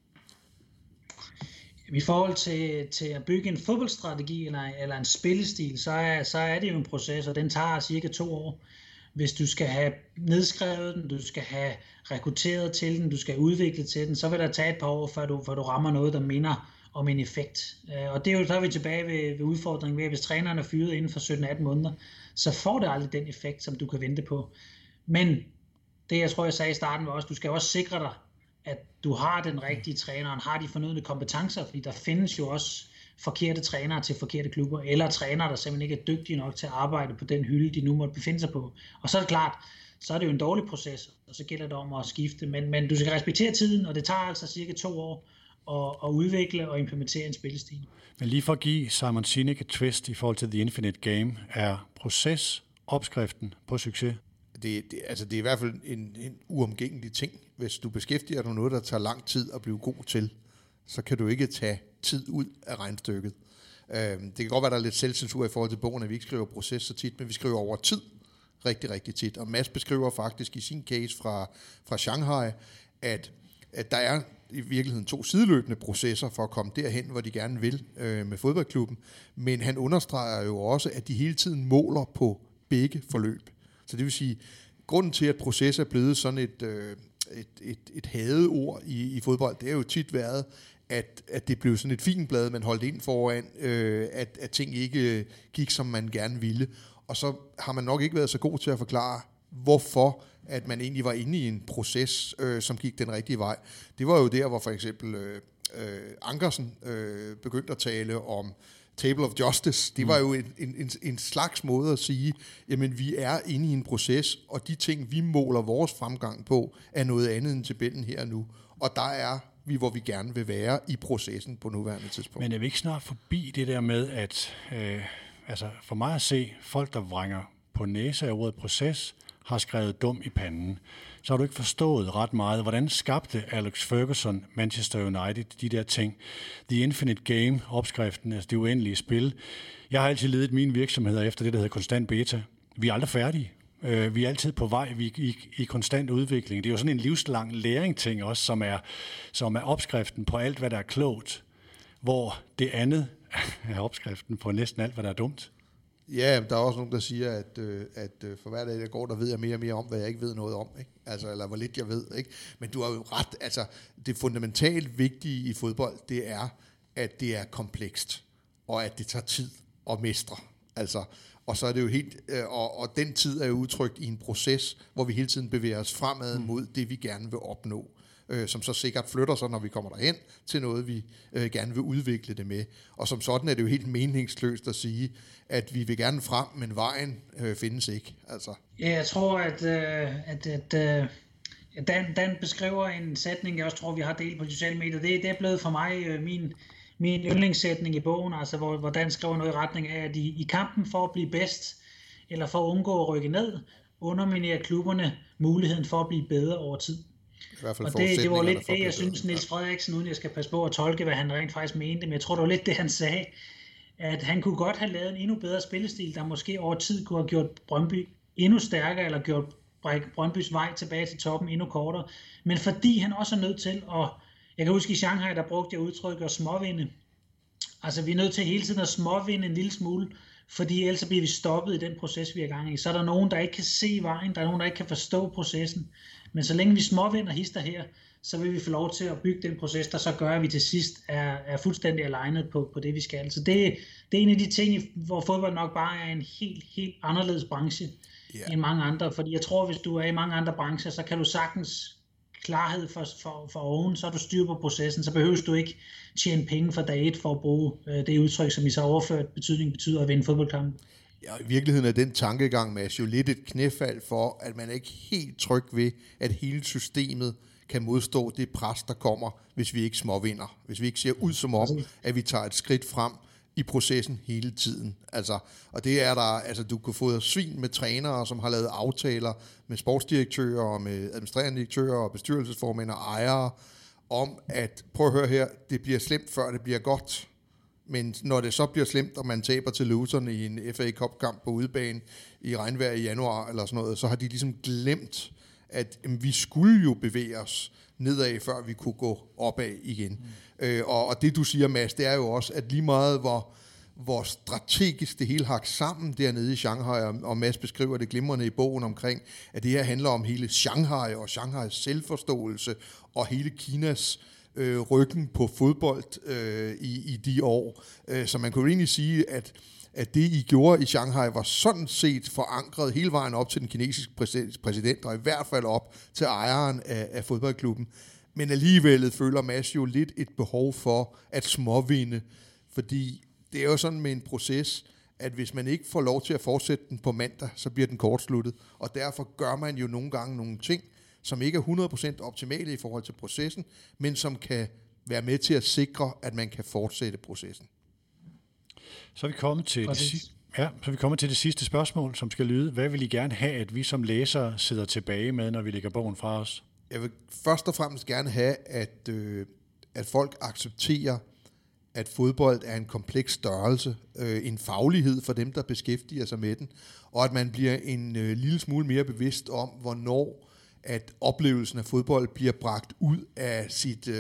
I forhold til at bygge en fodboldstrategi eller en spillestil, så er det jo en proces, og den tager cirka 2 år. Hvis du skal have nedskrevet den, du skal have rekrutteret til den, du skal have udviklet til den, så vil der tage et par år, før du rammer noget, der minder om en effekt. Og det er jo, så er vi tilbage ved udfordringen ved, at hvis træneren er fyret inden for 17-18 måneder, så får det aldrig den effekt, som du kan vente på. Men det, jeg tror, jeg sagde i starten, var også, du skal også sikre dig, at du har den rigtige træner, og har de fornødne kompetencer, fordi der findes jo også forkerte trænere til forkerte klubber, eller trænere, der simpelthen ikke er dygtige nok til at arbejde på den hylde, de nu måtte befinde sig på. Og så er det klart, så er det jo en dårlig proces, og så gælder det om at skifte. Men du skal respektere tiden, og det tager altså cirka 2 år at udvikle og implementere en spillestil. Men lige for at give Simon Sinek et twist i forhold til The Infinite Game, er proces opskriften på succes? Det er i hvert fald en uomgængelig ting. Hvis du beskæftiger dig med noget, der tager lang tid at blive god til, så kan du ikke tage tid ud af regnstykket. Det kan godt være, der er lidt selvcensur i forhold til bogen, at vi ikke skriver proces så tit, men vi skriver over tid rigtig, rigtig tit. Og Mads beskriver faktisk i sin case fra Shanghai, at der er i virkeligheden 2 sideløbende processer for at komme derhen, hvor de gerne vil med fodboldklubben. Men han understreger jo også, at de hele tiden måler på begge forløb. Så det vil sige, grunden til, at proces er blevet sådan et hadeord i fodbold, det er jo tit været, at det blev sådan et fint blad, man holdt ind foran, at ting ikke gik, som man gerne ville. Og så har man nok ikke været så god til at forklare, hvorfor at man egentlig var inde i en proces, som gik den rigtige vej. Det var jo der, hvor for eksempel Ankersen begyndte at tale om Table of Justice. Det var jo en slags måde at sige, jamen vi er inde i en proces, og de ting, vi måler vores fremgang på, er noget andet end tabellen her nu. Og der er vi, hvor vi gerne vil være i processen på nuværende tidspunkt. Men er vi ikke snart forbi det der med, at for mig at se, folk, der vrænger på næse af ordet proces, har skrevet dum i panden, så har du ikke forstået ret meget, hvordan skabte Alex Ferguson Manchester United de der ting. The Infinite Game, opskriften, altså det uendelige spil. Jeg har altid ledet mine virksomheder efter det, der hedder konstant beta. Vi er aldrig færdige. Vi er altid på vej, vi er i konstant udvikling. Det er jo sådan en livslang læring-ting også, som er opskriften på alt, hvad der er klogt, hvor det andet er opskriften på næsten alt, hvad der er dumt. Ja, der er også nogen, der siger, at for hver dag, der går, der ved jeg mere og mere om, hvad jeg ikke ved noget om, ikke? Altså, eller hvor lidt jeg ved, ikke? Men du har jo ret, altså, det fundamentalt vigtige i fodbold, det er, at det er komplekst, og at det tager tid at mestre. Altså, og så er det jo helt, og den tid er jo udtrykt i en proces, hvor vi hele tiden bevæger os fremad mod det, vi gerne vil opnå, som så sikkert flytter sig, når vi kommer derhen, til noget, vi gerne vil udvikle det med. Og som sådan er det jo helt meningsløst at sige, at vi vil gerne frem, men vejen findes ikke. Altså. Ja, jeg tror, at Dan beskriver en sætning, jeg også tror, vi har delt på sociale medier. Det er blevet for mig min yndlingssætning i bogen, altså hvor Dan skriver noget i retning af, at i kampen for at blive bedst, eller for at undgå at rykke ned, underminerer klubberne muligheden for at blive bedre over tid. Og det var lidt det, jeg synes, Niels Frederiksen, uden jeg skal passe på at tolke, hvad han rent faktisk mente, men jeg tror, det var lidt det, han sagde, at han kunne godt have lavet en endnu bedre spillestil, der måske over tid kunne have gjort Brøndby endnu stærkere, eller gjort Brøndbys vej tilbage til toppen endnu kortere. Men fordi han også er nødt til at, jeg kan huske i Shanghai, der brugte jeg udtrykket at småvinde. Altså vi er nødt til hele tiden at småvinde en lille smule, fordi ellers bliver vi stoppet i den proces, vi er i gang i. Så er der nogen, der ikke kan se vejen, der er nogen, der ikke kan forstå processen. Men så længe vi småvinder hister her, så vil vi få lov til at bygge den proces, der så gør, at vi til sidst er fuldstændig alignet på det, vi skal. Så det er en af de ting, hvor fodbold nok bare er en helt anderledes branche end mange andre. Fordi jeg tror, hvis du er i mange andre brancher, så kan du sagtens klarhed for oven, så er du styr på processen, så behøver du ikke tjene penge for dag 1 for at bruge det udtryk, som I så overført betyder at vinde fodboldkampen. Ja, i virkeligheden er den tankegang, Mads, jo lidt et knæfald for, at man er ikke helt tryg ved, at hele systemet kan modstå det pres, der kommer, hvis vi ikke småvinder. Hvis vi ikke ser ud som om, at vi tager et skridt frem i processen hele tiden. Altså, og det er der, altså du kan få svin med trænere, som har lavet aftaler med sportsdirektører og med administrerende direktører og bestyrelsesformænd og ejere, om at, prøv at høre her, det bliver slemt, før det bliver godt. Men når det så bliver slemt, og man taber til Luton i en FA Cup-kamp på udebane i regnvejr i januar eller sådan noget, så har de ligesom glemt, at vi skulle jo bevæge os nedad, før vi kunne gå opad igen. Og det du siger, Mads, det er jo også, at lige meget hvor strategisk det hele hak sammen dernede i Shanghai, og Mads beskriver det glimrende i bogen omkring, at det her handler om hele Shanghai og Shanghais selvforståelse og hele Kinas ryggen på fodbold i de år. Så man kunne jo egentlig sige, at det, I gjorde i Shanghai, var sådan set forankret hele vejen op til den kinesiske præsident, og i hvert fald op til ejeren af fodboldklubben. Men alligevel føler Mads jo lidt et behov for at småvinde, fordi det er jo sådan med en proces, at hvis man ikke får lov til at fortsætte den på mandag, så bliver den kortsluttet, og derfor gør man jo nogle gange nogle ting, som ikke er 100% optimale i forhold til processen, men som kan være med til at sikre, at man kan fortsætte processen. Så er vi kommet til det sidste spørgsmål, som skal lyde: hvad vil I gerne have, at vi som læsere sidder tilbage med, når vi lægger bogen fra os? Jeg vil først og fremmest gerne have, at folk accepterer, at fodbold er en kompleks størrelse, en faglighed for dem, der beskæftiger sig med den, og at man bliver en lille smule mere bevidst om, hvornår at oplevelsen af fodbold bliver bragt ud af sit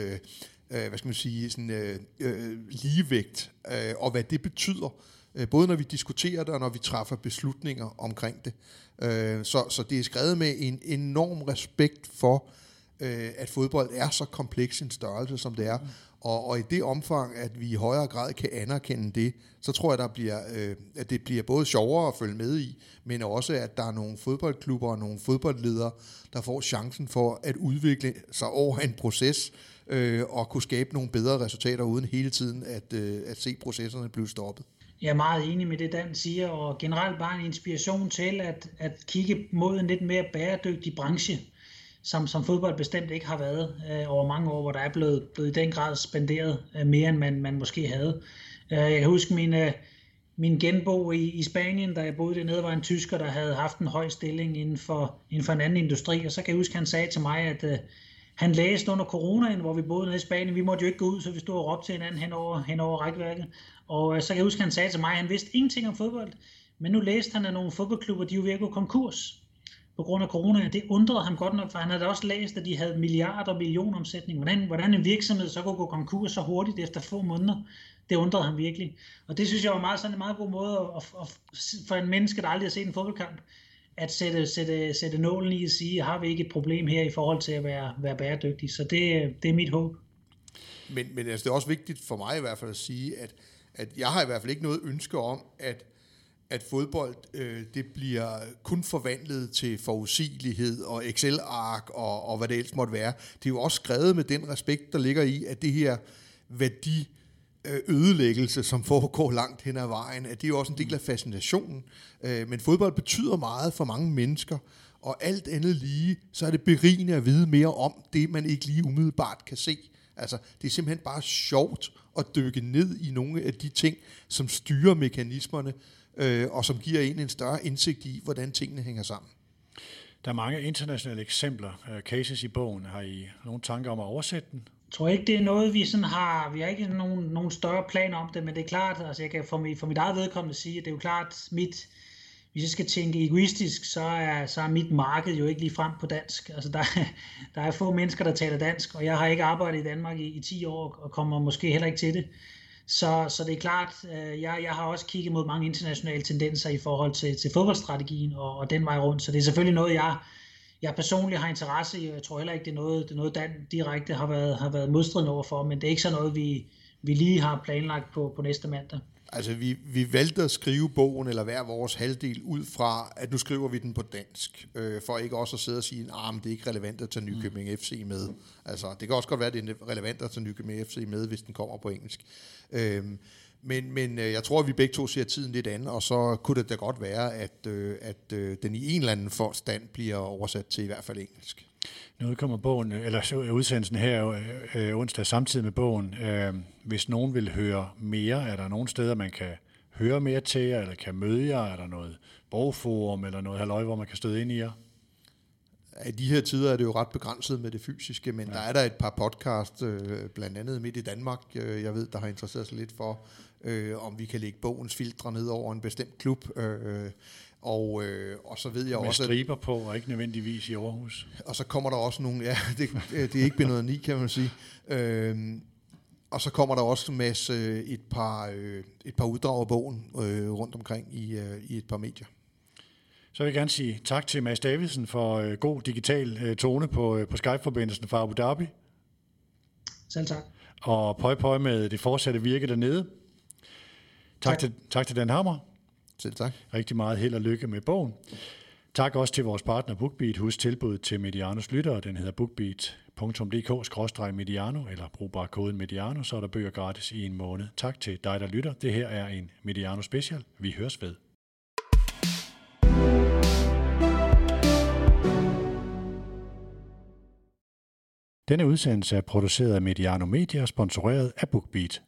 ligevægt, og hvad det betyder, både når vi diskuterer det, og når vi træffer beslutninger omkring det. Så det er skrevet med en enorm respekt for, at fodbold er så kompleks en størrelse, som det er. Og i det omfang, at vi i højere grad kan anerkende det, så tror jeg, at det bliver både sjovere at følge med i, men også, at der er nogle fodboldklubber og nogle fodboldledere, der får chancen for at udvikle sig over en proces, og kunne skabe nogle bedre resultater, uden hele tiden at se processerne blive stoppet. Jeg er meget enig med det, Dan siger, og generelt bare en inspiration til at kigge mod en lidt mere bæredygtig branche, som fodbold bestemt ikke har været over mange år, hvor der er blevet i den grad spenderet mere, end man måske havde. Jeg kan huske min genbo i Spanien, da jeg boede dernede, var en tysker, der havde haft en høj stilling inden for en anden industri, og så kan jeg huske, han sagde til mig, at han læste under coronaen, hvor vi boede nede i Spanien. Vi måtte jo ikke gå ud, så vi stod og råbte til hinanden hen over rækværket. Og så kan jeg huske, han sagde til mig, at han vidste ingenting om fodbold, men nu læste han, at nogle fodboldklubber, de er jo ved at gå konkurs på grund af corona. Det undrede ham godt nok, for han havde også læst, at de havde milliarder og millionomsætning. Hvordan en virksomhed så kunne gå konkurs så hurtigt efter få måneder, det undrede ham virkelig. Og det synes jeg var en meget god måde for en menneske, der aldrig har set en fodboldkamp, at sætte nålen i at sige, har vi ikke et problem her i forhold til at være bæredygtig. Så det er mit håb. Men altså, det er også vigtigt for mig i hvert fald at sige, at jeg har i hvert fald ikke noget ønske om, at fodbold det bliver kun forvandlet til forudsigelighed og Excel-ark og hvad det ellers måtte være. Det er jo også skrevet med den respekt, der ligger i, at det her ødelæggelse, som foregår langt hen ad vejen, at det er jo også en del af fascinationen. Men fodbold betyder meget for mange mennesker, og alt andet lige, så er det berigende at vide mere om det, man ikke lige umiddelbart kan se. Altså, det er simpelthen bare sjovt at dykke ned i nogle af de ting, som styrer mekanismerne, og som giver en større indsigt i, hvordan tingene hænger sammen. Der er mange internationale eksempler, cases i bogen. Har I nogle tanker om at oversætte den? Jeg tror ikke, det er noget, vi sådan har. Vi har ikke nogen større planer om det, men det er klart, altså jeg kan for mit eget vedkommende sige, at det er jo klart, hvis jeg skal tænke egoistisk, så er mit marked jo ikke lige frem på dansk. Altså der er få mennesker, der taler dansk, og jeg har ikke arbejdet i Danmark i 10 år, og kommer måske heller ikke til det. Så det er klart, jeg har også kigget mod mange internationale tendenser i forhold til fodboldstrategien og den vej rundt. Så det er selvfølgelig noget, jeg personligt har interesse i, og jeg tror heller ikke, det er noget Dan direkte har været modstridende overfor, men det er ikke sådan noget, vi lige har planlagt på næste mandag. Altså, vi valgte at skrive bogen, eller hver vores halvdel, ud fra, at nu skriver vi den på dansk, for ikke også at sidde og sige, men det er ikke relevant at tage Nykøbing FC med. Altså, det kan også godt være, at det er relevant at tage Nykøbing FC med, hvis den kommer på engelsk. Men jeg tror, at vi begge to ser tiden lidt an, og så kunne det da godt være, at den i en eller anden forstand bliver oversat til i hvert fald engelsk. Nu kommer bogen, eller udsendelsen her onsdag samtidig med bogen. Hvis nogen vil høre mere, er der nogle steder, man kan høre mere til jer, eller kan møde jer? Er der noget bogforum, eller noget halløj, hvor man kan støde ind i jer? I de her tider er det jo ret begrænset med det fysiske, men der er der et par podcast, blandt andet Midt i Danmark, jeg ved, der har interesseret sig lidt for, om vi kan lægge bogens filtre ned over en bestemt klub, og så ved jeg med også... Med striber på, og ikke nødvendigvis i Aarhus. Og så kommer der også nogle... Ja, det er ikke benået 9, kan man sige. Og så kommer der også en masse, et par uddrag af bogen rundt omkring i et par medier. Så vil jeg gerne sige tak til Mads Davidsen for god digital tone på Skype-forbindelsen fra Abu Dhabi. Selv tak. Og pøj med det fortsatte virke dernede. Tak til Dan Hammer. Selv tak. Rigtig meget held og lykke med bogen. Tak også til vores partner BookBeat. Husk tilbuddet til Medianos lyttere. Den hedder bookbeat.dk/Mediano, eller brug bare koden Mediano, så er der bøger gratis i en måned. Tak til dig, der lytter. Det her er en Mediano Special. Vi høres ved. Denne udsendelse er produceret af Mediano Media og sponsoreret af BookBeat.